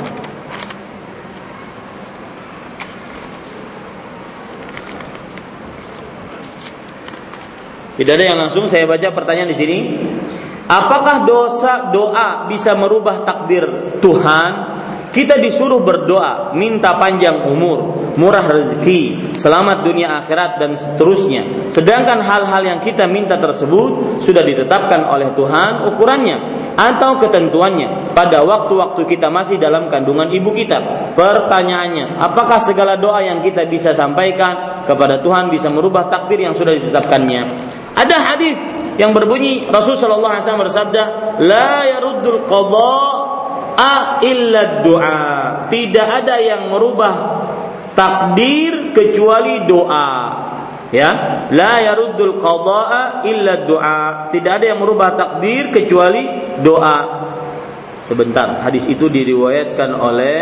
Tidak ada yang langsung, saya baca pertanyaan di sini. Apakah dosa doa bisa merubah takdir Tuhan? Kita disuruh berdoa, minta panjang umur, murah rezeki, selamat dunia akhirat dan seterusnya. Sedangkan hal-hal yang kita minta tersebut sudah ditetapkan oleh Tuhan ukurannya atau ketentuannya pada waktu-waktu kita masih dalam kandungan ibu kita. Pertanyaannya, apakah segala doa yang kita bisa sampaikan kepada Tuhan bisa merubah takdir yang sudah ditetapkannya? Ada hadis yang berbunyi Rasul sallallahu alaihi wasallam bersabda, "La yaruddul qada'a illa du'a." Tidak ada yang merubah takdir kecuali doa. Ya, la yaruddul qada'a illa du'a. Tidak ada yang merubah takdir kecuali doa. Sebentar, hadis itu diriwayatkan oleh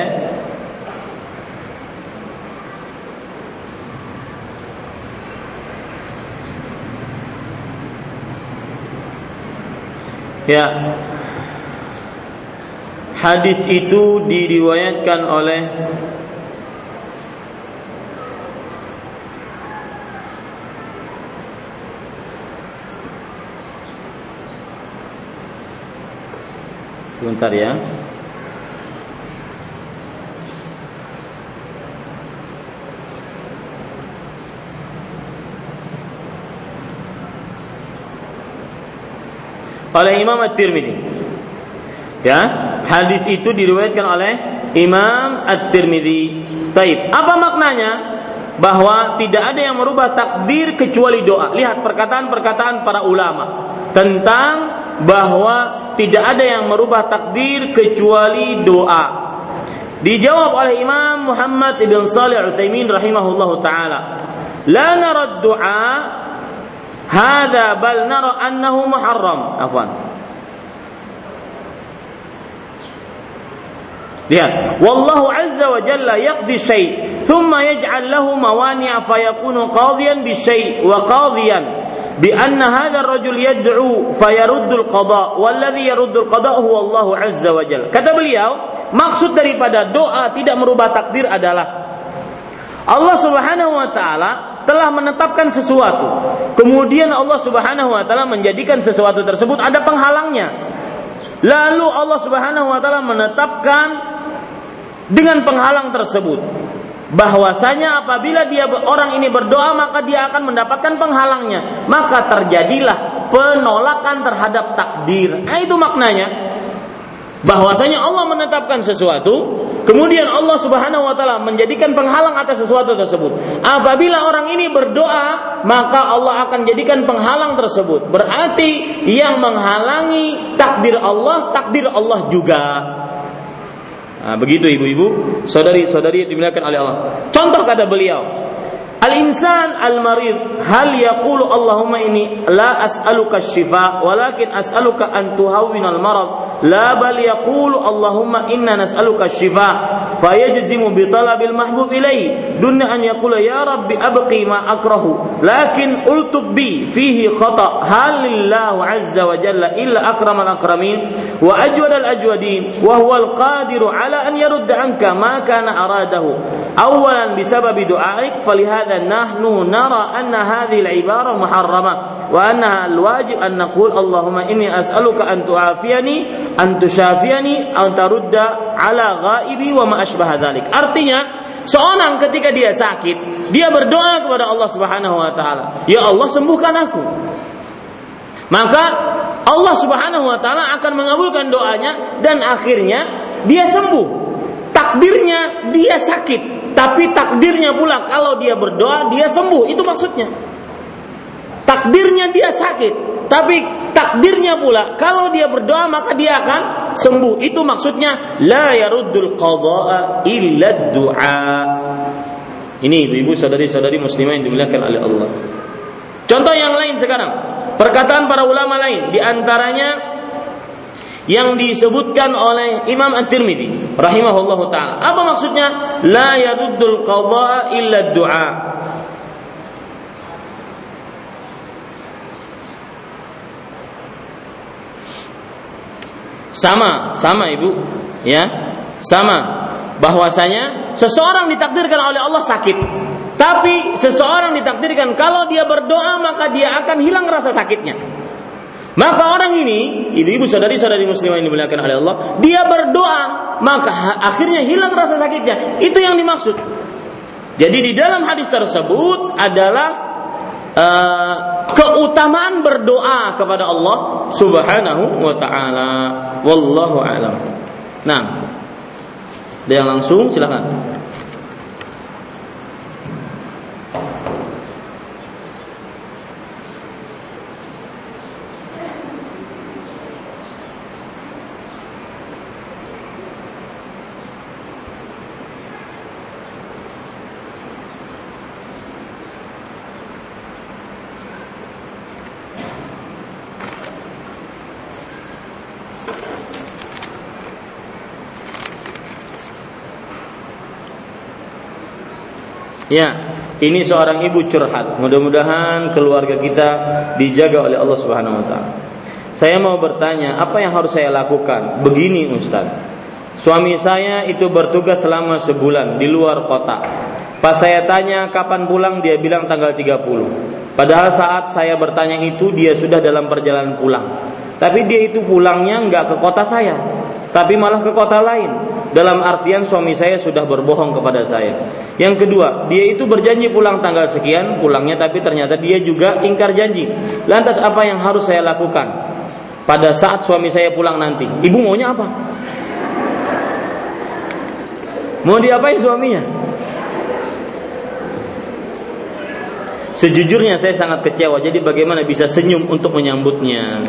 Ya, hadis itu diriwayatkan oleh sebentar ya. Oleh Imam At-Tirmidzi. Ya, hadis itu diriwayatkan oleh Imam At-Tirmidzi. Taib. Apa maknanya? Bahwa tidak ada yang merubah takdir kecuali doa. Lihat perkataan-perkataan para ulama tentang bahwa tidak ada yang merubah takdir kecuali doa. Dijawab oleh Imam Muhammad ibn Shalih Al-Utsaimin rahimahullahu taala, "La nara du'a hadza bal nara annahu muharram." Afwan. Lihat, wallahu azza wa jalla yaqdi syai' thumma yaj'al lahu mawani'a fayakunu qadiyan bi syai' wa qadiyan bi anna hadha ar-rajul yad'u fayaruddu al-qada' walladhi yaruddu al-qada' huwa Allahu azza wa jalla. Kata beliau, maksud daripada doa tidak merubah takdir adalah Allah Subhanahu wa taala telah menetapkan sesuatu. Kemudian Allah Subhanahu wa taala menjadikan sesuatu tersebut ada penghalangnya. Lalu Allah Subhanahu wa taala menetapkan dengan penghalang tersebut bahwasanya apabila dia orang ini berdoa maka dia akan mendapatkan penghalangnya, maka terjadilah penolakan terhadap takdir. Nah, itu maknanya bahwasanya Allah menetapkan sesuatu, kemudian Allah Subhanahu wa taala menjadikan penghalang atas sesuatu tersebut. Apabila orang ini berdoa, maka Allah akan jadikan penghalang tersebut. Berarti yang menghalangi takdir Allah, takdir Allah juga. Nah, begitu ibu-ibu, saudari-saudari yang dimuliakan oleh Allah. Contoh kata beliau, al-insan al-marid hal yaqulu Allahumma inni la as'aluka asy-syifa walakin as'aluka an tuhawwina al-marad la bal yaqulu Allahumma inna nas'aluka asy-syifa fayajzimu bi talabil mahbub ilayhi dunna an yaqula ya rabbi abqi ma akrahu lakin ultub bi fihi khata hal lillahu azza wa jalla illa akramal akramin wa ajwad al-ajwadin wa huwa al-qadiru ala an yarudda anka ma kana aradahu awalan bisababi du'aik falihadza نحن نرى أن هذه العبارة محرمة وأنها الواجب أن نقول اللهم إني أسألك أن تعافيني أن تشافيني أن ترد على غائبي وما أشبه ذلك. Artinya seorang ketika dia sakit, dia berdoa kepada Allah Subhanahu wa taala, ya Allah sembuhkan aku. Maka Allah Subhanahu wa taala akan mengabulkan doanya dan akhirnya dia sembuh. Takdirnya dia sakit, tapi takdirnya pula kalau dia berdoa dia sembuh. Itu maksudnya. Takdirnya dia sakit, tapi takdirnya pula kalau dia berdoa maka dia akan sembuh. Itu maksudnya la yaruddul qada'a illa du'a. Ini ibu-ibu saudari-saudari muslimah yang dimuliakan oleh Allah. Contoh yang lain sekarang, perkataan para ulama lain, di antaranya yang disebutkan oleh Imam At-Tirmidzi rahimahullahu taala. Apa maksudnya? La yaruddul qada'a illa du'a. Sama, sama ibu, ya, sama. Bahwasanya seseorang ditakdirkan oleh Allah sakit, tapi seseorang ditakdirkan kalau dia berdoa maka dia akan hilang rasa sakitnya. Maka orang ini, ibu-ibu saudari-saudari muslimah yang dimuliakan oleh Allah, dia berdoa maka akhirnya hilang rasa sakitnya. Itu yang dimaksud. Jadi di dalam hadis tersebut adalah uh, keutamaan berdoa kepada Allah Subhanahu wa taala. Wallahu a'lam. Nah, ada yang langsung silakan. Ya, ini seorang ibu curhat. Mudah-mudahan keluarga kita dijaga oleh Allah Subhanahu wa taala. Saya mau bertanya, apa yang harus saya lakukan? Begini Ustaz, suami saya itu bertugas selama sebulan di luar kota. Pas saya tanya kapan pulang, dia bilang tanggal tiga puluh. Padahal saat saya bertanya itu dia sudah dalam perjalanan pulang. Tapi dia itu pulangnya nggak ke kota saya, tapi malah ke kota lain. Dalam artian suami saya sudah berbohong kepada saya. Yang kedua, dia itu berjanji pulang tanggal sekian, pulangnya tapi ternyata dia juga ingkar janji. Lantas apa yang harus saya lakukan pada saat suami saya pulang nanti? Ibu maunya apa? Mau diapain suaminya? Sejujurnya saya sangat kecewa. Jadi bagaimana bisa senyum untuk menyambutnya?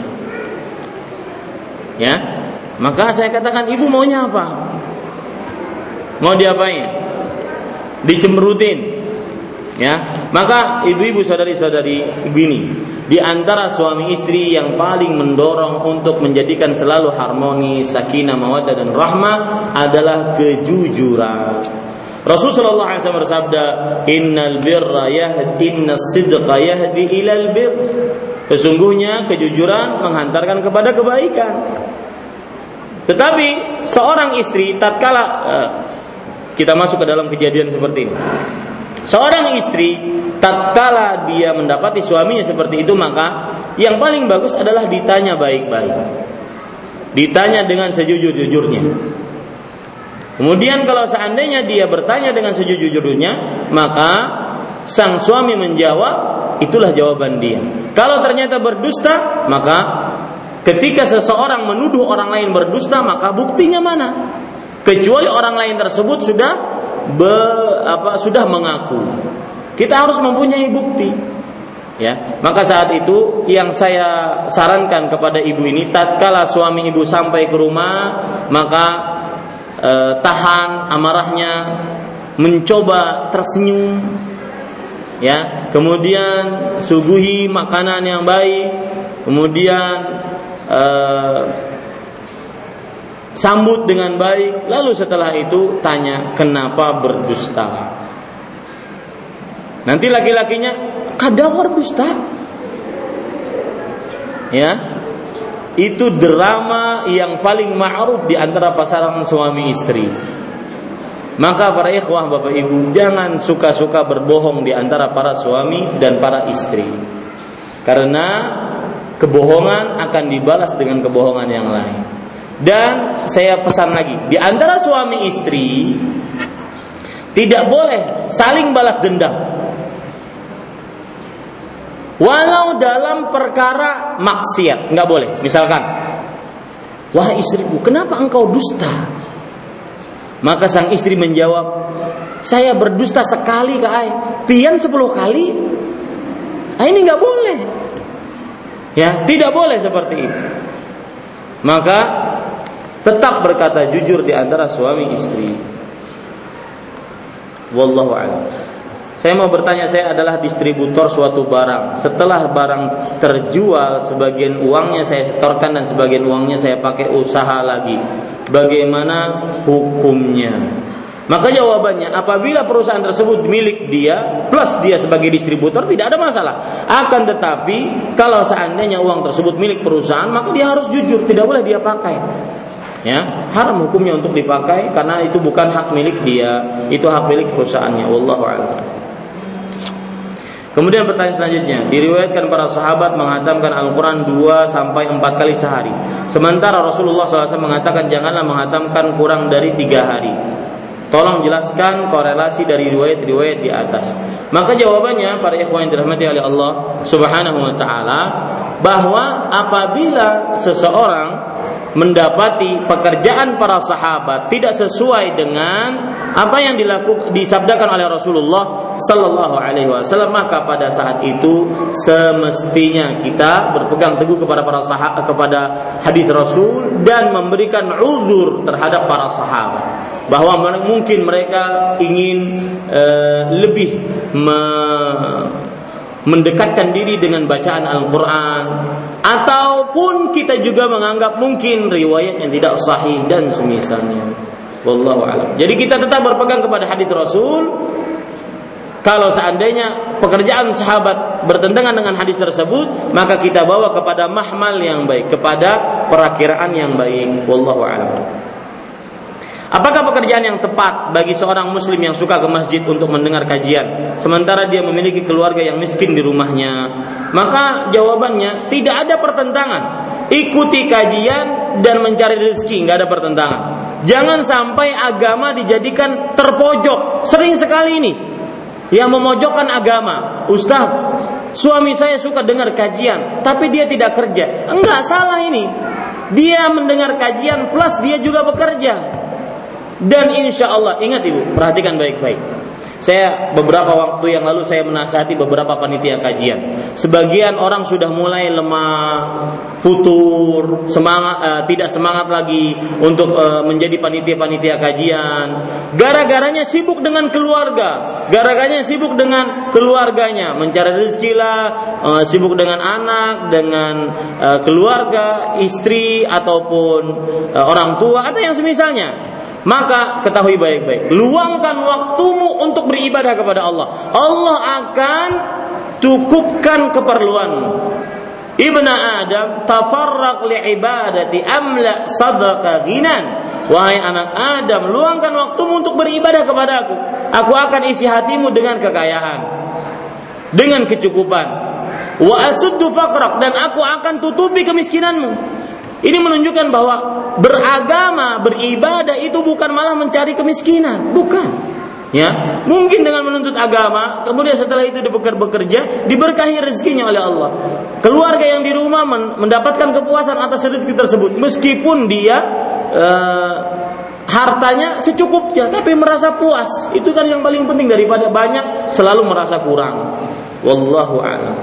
Ya, maka saya katakan, ibu maunya apa? Mau diapain? Dicemberutin. Ya, maka ibu-ibu saudari-saudari begini, di antara suami istri yang paling mendorong untuk menjadikan selalu harmonis, sakinah, mawaddah dan rahmah adalah kejujuran. Rasulullah sallallahu alaihi wasallam bersabda, "Innal birra yahdi, innas sidqa yahdi ilal birr." Sesungguhnya kejujuran menghantarkan kepada kebaikan. Tetapi seorang istri tatkala uh, kita masuk ke dalam kejadian seperti ini. Seorang istri tatkala dia mendapati suaminya seperti itu, maka yang paling bagus adalah ditanya baik-baik. Ditanya dengan sejujur-jujurnya. Kemudian kalau seandainya dia bertanya dengan sejujur-jujurnya, maka sang suami menjawab, itulah jawaban dia. Kalau ternyata berdusta, maka ketika seseorang menuduh orang lain berdusta, maka buktinya mana? Kecuali orang lain tersebut sudah be, apa, sudah mengaku. Kita harus mempunyai bukti. Ya, maka saat itu yang saya sarankan kepada ibu ini, tatkala suami ibu sampai ke rumah, maka eh, tahan amarahnya, mencoba tersenyum, ya, kemudian suguhi makanan yang baik, kemudian eh, sambut dengan baik, lalu setelah itu tanya kenapa berdusta. Nanti laki-lakinya kadang berdusta, ya, itu drama yang paling ma'ruf di antara pasangan suami istri. Maka para ikhwah, bapak ibu, jangan suka-suka berbohong di antara para suami dan para istri, karena kebohongan akan dibalas dengan kebohongan yang lain. Dan saya pesan lagi, di antara suami istri tidak boleh saling balas dendam, walau dalam perkara maksiat, nggak boleh. Misalkan, wahai istriku, kenapa engkau dusta? Maka sang istri menjawab, saya berdusta sekali kak ai, pian sepuluh kali. Nah, ini nggak boleh. Ya, tidak boleh seperti itu. Maka tetap berkata jujur di antara suami istri. Wallahu a'lam. Saya mau bertanya, saya adalah distributor suatu barang. Setelah barang terjual, sebagian uangnya saya setorkan dan sebagian uangnya saya pakai usaha lagi. Bagaimana hukumnya? Maka jawabannya, apabila perusahaan tersebut milik dia plus dia sebagai distributor, tidak ada masalah. Akan tetapi kalau seandainya uang tersebut milik perusahaan, maka dia harus jujur, tidak boleh dia pakai. Ya, haram hukumnya untuk dipakai karena itu bukan hak milik dia, itu hak milik perusahaannya. Wallahu a'lam. Kemudian pertanyaan selanjutnya, diriwayatkan para sahabat menghatamkan Al-Quran dua sampai empat kali sehari. Sementara Rasulullah shallallahu alaihi wasallam mengatakan janganlah menghatamkan kurang dari tiga hari. Tolong jelaskan korelasi dari riwayat-riwayat di atas. Maka jawabannya para ikhwan yang dirahmati oleh Allah Subhanahu wa taala, bahwa apabila seseorang mendapati pekerjaan para sahabat tidak sesuai dengan apa yang dilakukan disabdakan oleh Rasulullah sallallahu alaihi wasallam, maka pada saat itu semestinya kita berpegang teguh kepada para sahabat, kepada hadis Rasul, dan memberikan uzur terhadap para sahabat bahwa mungkin mereka ingin uh, lebih me mendekatkan diri dengan bacaan Al-Quran, ataupun kita juga menganggap mungkin riwayat yang tidak sahih dan semisalnya. Wallahu a'lam. Jadi kita tetap berpegang kepada hadis Rasul, Kalau seandainya pekerjaan sahabat bertentangan dengan hadis tersebut, maka kita bawa kepada mahmal yang baik, kepada perakiraan yang baik. Wallahu a'lam. Apakah pekerjaan yang tepat bagi seorang muslim yang suka ke masjid untuk mendengar kajian, sementara dia memiliki keluarga yang miskin di rumahnya? Maka jawabannya tidak ada pertentangan. Ikuti kajian dan mencari rezeki, nggak ada pertentangan. Jangan sampai agama dijadikan terpojok. Sering sekali ini yang memojokkan agama. Ustaz, suami saya suka dengar kajian, tapi dia tidak kerja. Enggak, salah ini. Dia mendengar kajian plus dia juga bekerja. Dan insya Allah, ingat ibu, perhatikan baik-baik. Saya beberapa waktu yang lalu saya menasihati beberapa panitia kajian. Sebagian orang sudah mulai lemah, futur, semangat, uh, tidak semangat lagi untuk uh, menjadi panitia-panitia kajian. Gara-garanya sibuk dengan keluarga, gara-garanya sibuk dengan keluarganya, mencari rezeki lah, uh, sibuk dengan anak, dengan uh, keluarga, istri ataupun uh, orang tua atau yang semisalnya. Maka ketahui baik-baik, luangkan waktumu untuk beribadah kepada Allah. Allah akan cukupkan keperluanmu. Ibnu Adam, tafarraq li'ibadati amla sadaka ghinan. Wahai anak Adam, luangkan waktumu untuk beribadah kepada aku. Aku akan isi hatimu dengan kekayaan, dengan kecukupan. Wa asuddu faqrak, dan aku akan tutupi kemiskinanmu. Ini menunjukkan bahwa beragama, beribadah itu bukan malah mencari kemiskinan, bukan. Ya, mungkin dengan menuntut agama, kemudian setelah itu bekerja, diberkahi rezekinya oleh Allah. Keluarga yang di rumah mendapatkan kepuasan atas rezeki tersebut, meskipun dia eh, hartanya secukupnya, tapi merasa puas. Itu kan yang paling penting daripada banyak selalu merasa kurang. Wallahu a'lam.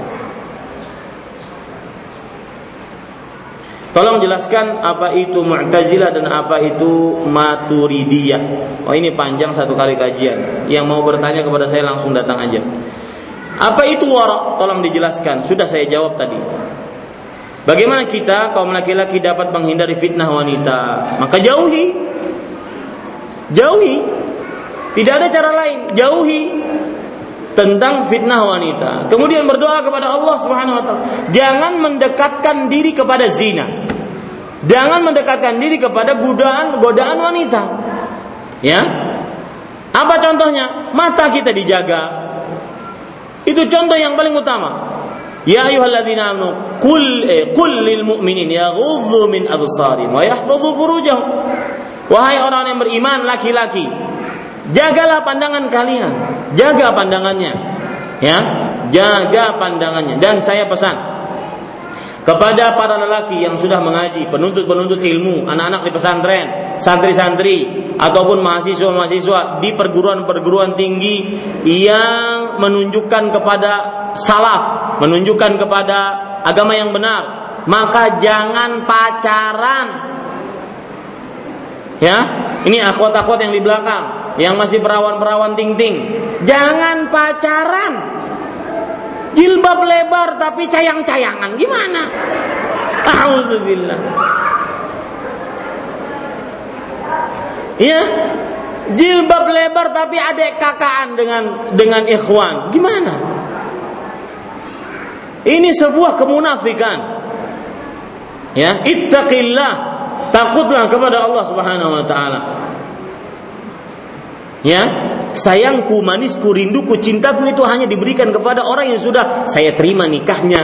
Tolong jelaskan apa itu Mu'tazilah dan apa itu Maturidiyah. Oh, ini panjang satu kali kajian. Yang mau bertanya kepada saya langsung datang aja. Apa itu wara'? Tolong dijelaskan. Sudah saya jawab tadi. Bagaimana kita kaum laki-laki dapat menghindari fitnah wanita? Maka jauhi. Jauhi. Tidak ada cara lain. Jauhi tentang fitnah wanita. Kemudian berdoa kepada Allah Subhanahu wa taala. Jangan mendekatkan diri kepada zina. Jangan mendekatkan diri kepada godaan-godaan wanita. Ya. Apa contohnya? Mata kita dijaga. Itu contoh yang paling utama. Ya ayyuhalladzina amanu qul eh, qul lil mu'minin yaghuddu min absarihim wa yahfadhu furujahum. Wahai orang yang beriman laki-laki, jagalah pandangan kalian, jaga pandangannya, ya, jaga pandangannya. Dan saya pesan kepada para lelaki yang sudah mengaji, penuntut-penuntut ilmu, anak-anak di pesantren, santri-santri, ataupun mahasiswa-mahasiswa di perguruan-perguruan tinggi yang menunjukkan kepada salaf, menunjukkan kepada agama yang benar, maka jangan pacaran. Ya, ini akhwat-akhwat yang di belakang, yang masih perawan-perawan ting-ting, jangan pacaran. Jilbab lebar tapi cayang-cayangan, gimana? A'udzubillah. Ya, jilbab lebar tapi adek kakaan dengan dengan ikhwan, gimana? Ini sebuah kemunafikan. Ya, ittaqillah, takutlah kepada Allah Subhanahu wa taala. Ya, sayangku, manisku, rinduku, cintaku itu hanya diberikan kepada orang yang sudah saya terima nikahnya.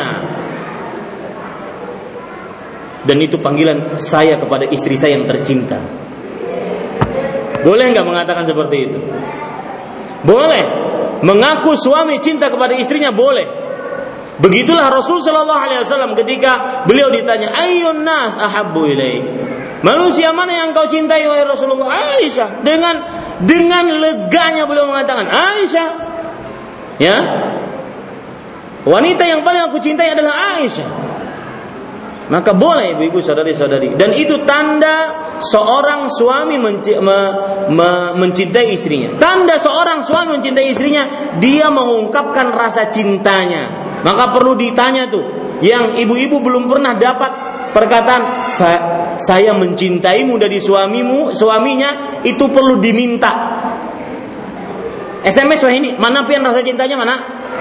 Dan itu panggilan saya kepada istri saya yang tercinta. Boleh enggak mengatakan seperti itu? Boleh. Mengaku suami cinta kepada istrinya boleh. Begitulah Rasul sallallahu alaihi wasallam ketika beliau ditanya, "Ayyun nas ahabbu ilaik?" Manusia mana yang kau cintai wahai Rasulullah? Aisyah. Dengan dengan leganya beliau mengatakan, Aisyah. Ya. Wanita yang paling aku cintai adalah Aisyah. Maka boleh ibu-ibu saudari-saudari. Dan itu tanda seorang suami menci- me- me- mencintai istrinya. Tanda seorang suami mencintai istrinya, dia mengungkapkan rasa cintanya. Maka perlu ditanya tuh, yang ibu-ibu belum pernah dapat perkataan saya mencintaimu dari suamimu, suaminya, itu perlu diminta. S M S wah ini, mana pian rasa cintanya mana?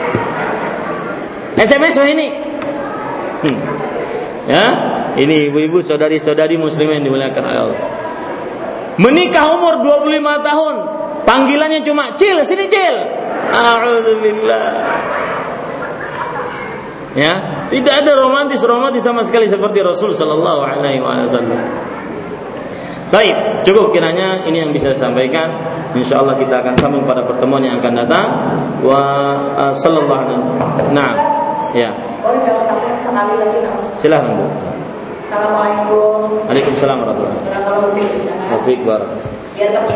S M S wah ini. Hmm. Ya, ini ibu-ibu, saudari-saudari muslimah yang dimuliakan Allah. Menikah umur dua puluh lima tahun, panggilannya cuma cil, sini cil. A'udzubillah. Ya, tidak ada romantis-romantis sama sekali seperti Rasul sallallahu alaihi wasallam. Baik, cukup kiranya ini yang bisa saya sampaikan. Insyaallah kita akan sambung pada pertemuan yang akan datang. Wa uh, sallallahu alaihi. Nah, ya. Silakan Bu. Assalamualaikum. Waalaikumsalam warahmatullahi wabarakatuh. Taufik barak. Ya, Dok.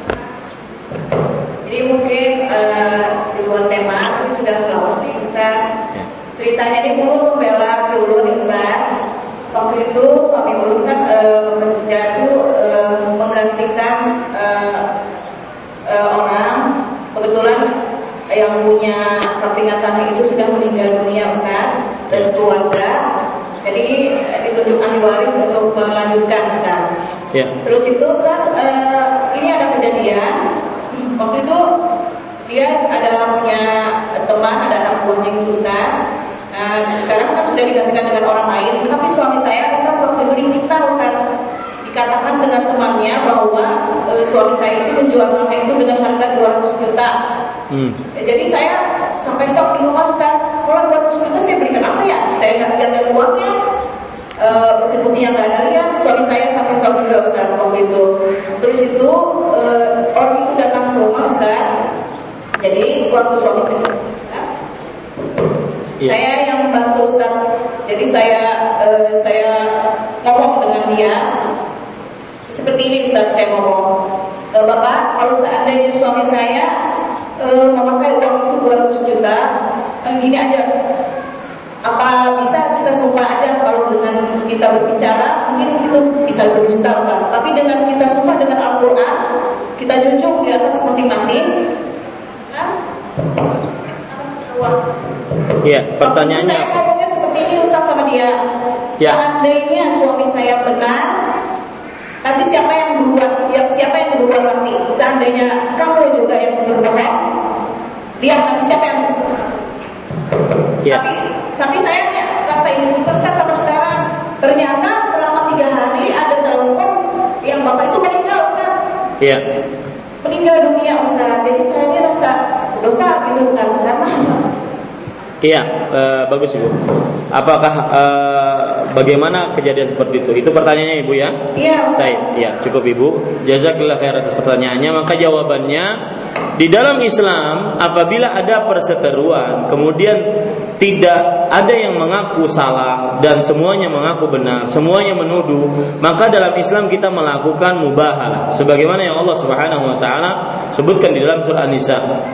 Jadi mungkin uh, di luar tema tapi sudah close nih Ustaz. Ya. Ceritanya ini Ulun membela Ulun Ustaz. Waktu itu suami Ulun kan uh, bekerja itu uh, menggantikan uh, uh, orang. Kebetulan yang punya sampingan tanah itu sudah meninggal dunia Ustaz dan keluarga. Jadi ditunjuk ahli waris untuk melanjutkan Ustaz. Ya. Terus itu Ustaz, uh, ini ada kejadian. Waktu itu dia ada punya teman, ada anak buahnya itu Ustaz. Nah, sekarang kan sudah digantikan dengan orang lain. Tapi suami saya Ustaz waktu itu diminta Ustaz, dikatakan dengan temannya bahwa uh, suami saya itu menjual rumah itu dengan harga dua ratus juta. Hmm. Jadi saya sampai shock di rumah Ustaz. Kalau dua ratus juta saya berikan apa ya? Saya nggak lihat dari uangnya. Uh, bukti-bukti yang nggak ada lihat. Suami saya sampai shock juga Ustaz waktu itu. Terus itu uh, orang itu datang ke rumah Ustaz. Jadi waktu suami saya, yeah. saya yang membantu Ustaz. Jadi saya uh, saya ngomong dengan dia seperti ini Ustaz, saya ngomong, e, Bapak, kalau seandainya suami saya e, memakai uang itu dua ratus juta, e, gini aja, apa bisa kita sumpah aja kalau dengan kita berbicara mungkin itu bisa berdusta Ustaz. Tapi dengan kita sumpah dengan Al-Quran, kita junjung di atas masing-masing. Nah, iya, pertanyaannya saya ngomongnya seperti ini Ustaz sama dia. Ya. Seandainya suami saya benar, nanti siapa yang berbuat? Yang siapa yang berbuat nanti? Seandainya kamu juga yang berbohong, lihat nanti siapa yang berbuat. Ya. Tapi, tapi saya ya, rasa ini juga sampai sekarang. Ternyata selama tiga hari ada telepon yang bapak itu meninggal, kan? Iya. Meninggal dunia Ustaz. Jadi saya ini rasa dosa gitu kan? Karena iya, e, bagus Ibu. Apakah e, bagaimana kejadian seperti itu? Itu pertanyaannya Ibu ya? Iya. Baik, ya cukup Ibu. Jazakallah khair atas pertanyaannya. Maka jawabannya di dalam Islam apabila ada perseteruan, kemudian tidak ada yang mengaku salah dan semuanya mengaku benar, semuanya menuduh, maka dalam Islam kita melakukan mubahalah. Sebagaimana yang Allah Subhanahu wa taala sebutkan di dalam surah An-Nisa.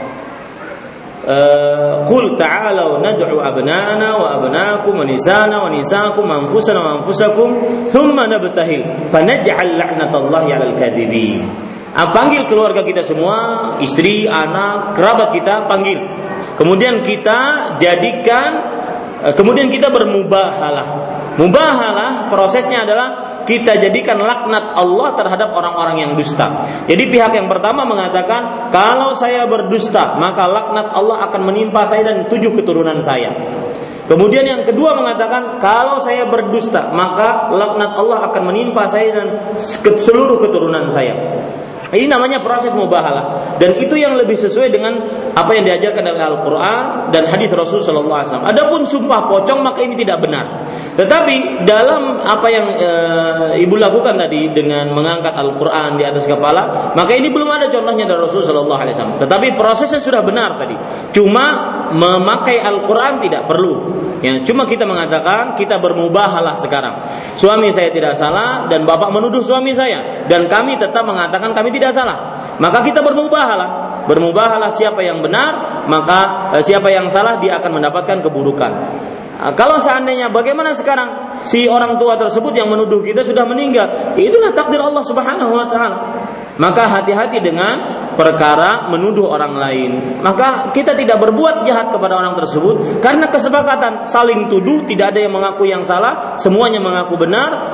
Qul ta'alau nad'u abna'ana wa abna'akum wa nisana wa nisakum wa anfusana wa anfusakum thumma nabtahil fanaj'al la'natallahi 'alal kadhibin. Panggil keluarga kita semua, istri, anak, kerabat kita, panggil. Kemudian kita jadikan, kemudian kita bermubahalah. Mubahalah prosesnya adalah kita jadikan laknat Allah terhadap orang-orang yang dusta. Jadi pihak yang pertama mengatakan, kalau saya berdusta maka laknat Allah akan menimpa saya dan tujuh keturunan saya. Kemudian yang kedua mengatakan, kalau saya berdusta maka laknat Allah akan menimpa saya dan seluruh keturunan saya. Ini namanya proses mubahalah, dan itu yang lebih sesuai dengan apa yang diajarkan dalam Al-Quran dan hadis Rasul Sallallahu Alaihi Wasallam. Adapun sumpah pocong maka ini tidak benar. Tetapi dalam apa yang e, ibu lakukan tadi dengan mengangkat Al-Quran di atas kepala, maka ini belum ada contohnya dari Rasul Sallallahu Alaihi Wasallam. Tetapi prosesnya sudah benar tadi. Cuma memakai Al-Quran tidak perlu. Ya, cuma kita mengatakan kita bermubahalah sekarang. Suami saya tidak salah dan bapak menuduh suami saya, dan kami tetap mengatakan kami tidak salah. Maka kita bermubahalah. Bermubahalah siapa yang benar, maka eh, siapa yang salah dia akan mendapatkan keburukan. Nah, kalau seandainya bagaimana sekarang si orang tua tersebut yang menuduh kita sudah meninggal, itulah takdir Allah Subhanahu wa taala. Maka hati-hati dengan perkara menuduh orang lain. Maka kita tidak berbuat jahat kepada orang tersebut karena kesepakatan saling tuduh, tidak ada yang mengaku yang salah, semuanya mengaku benar,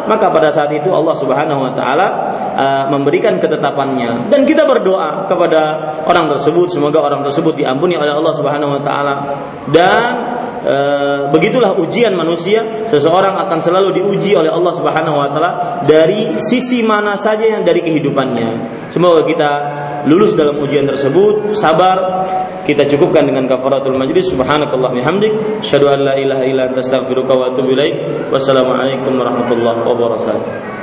maka pada saat itu Allah Subhanahu wa taala uh, memberikan ketetapannya, dan kita berdoa kepada orang tersebut semoga orang tersebut diampuni oleh Allah Subhanahu wa taala. Dan e, begitulah ujian manusia, seseorang akan selalu diuji oleh Allah Subhanahu wa taala dari sisi mana saja yang dari kehidupannya. Semoga kita lulus dalam ujian tersebut, sabar. Kita cukupkan dengan kafaratul majlis. Subhanakallah bihamdik, asyhadu an la ilaha illa anta astaghfiruka wa atubu ilaik. Wassalamualaikum warahmatullahi wabarakatuh.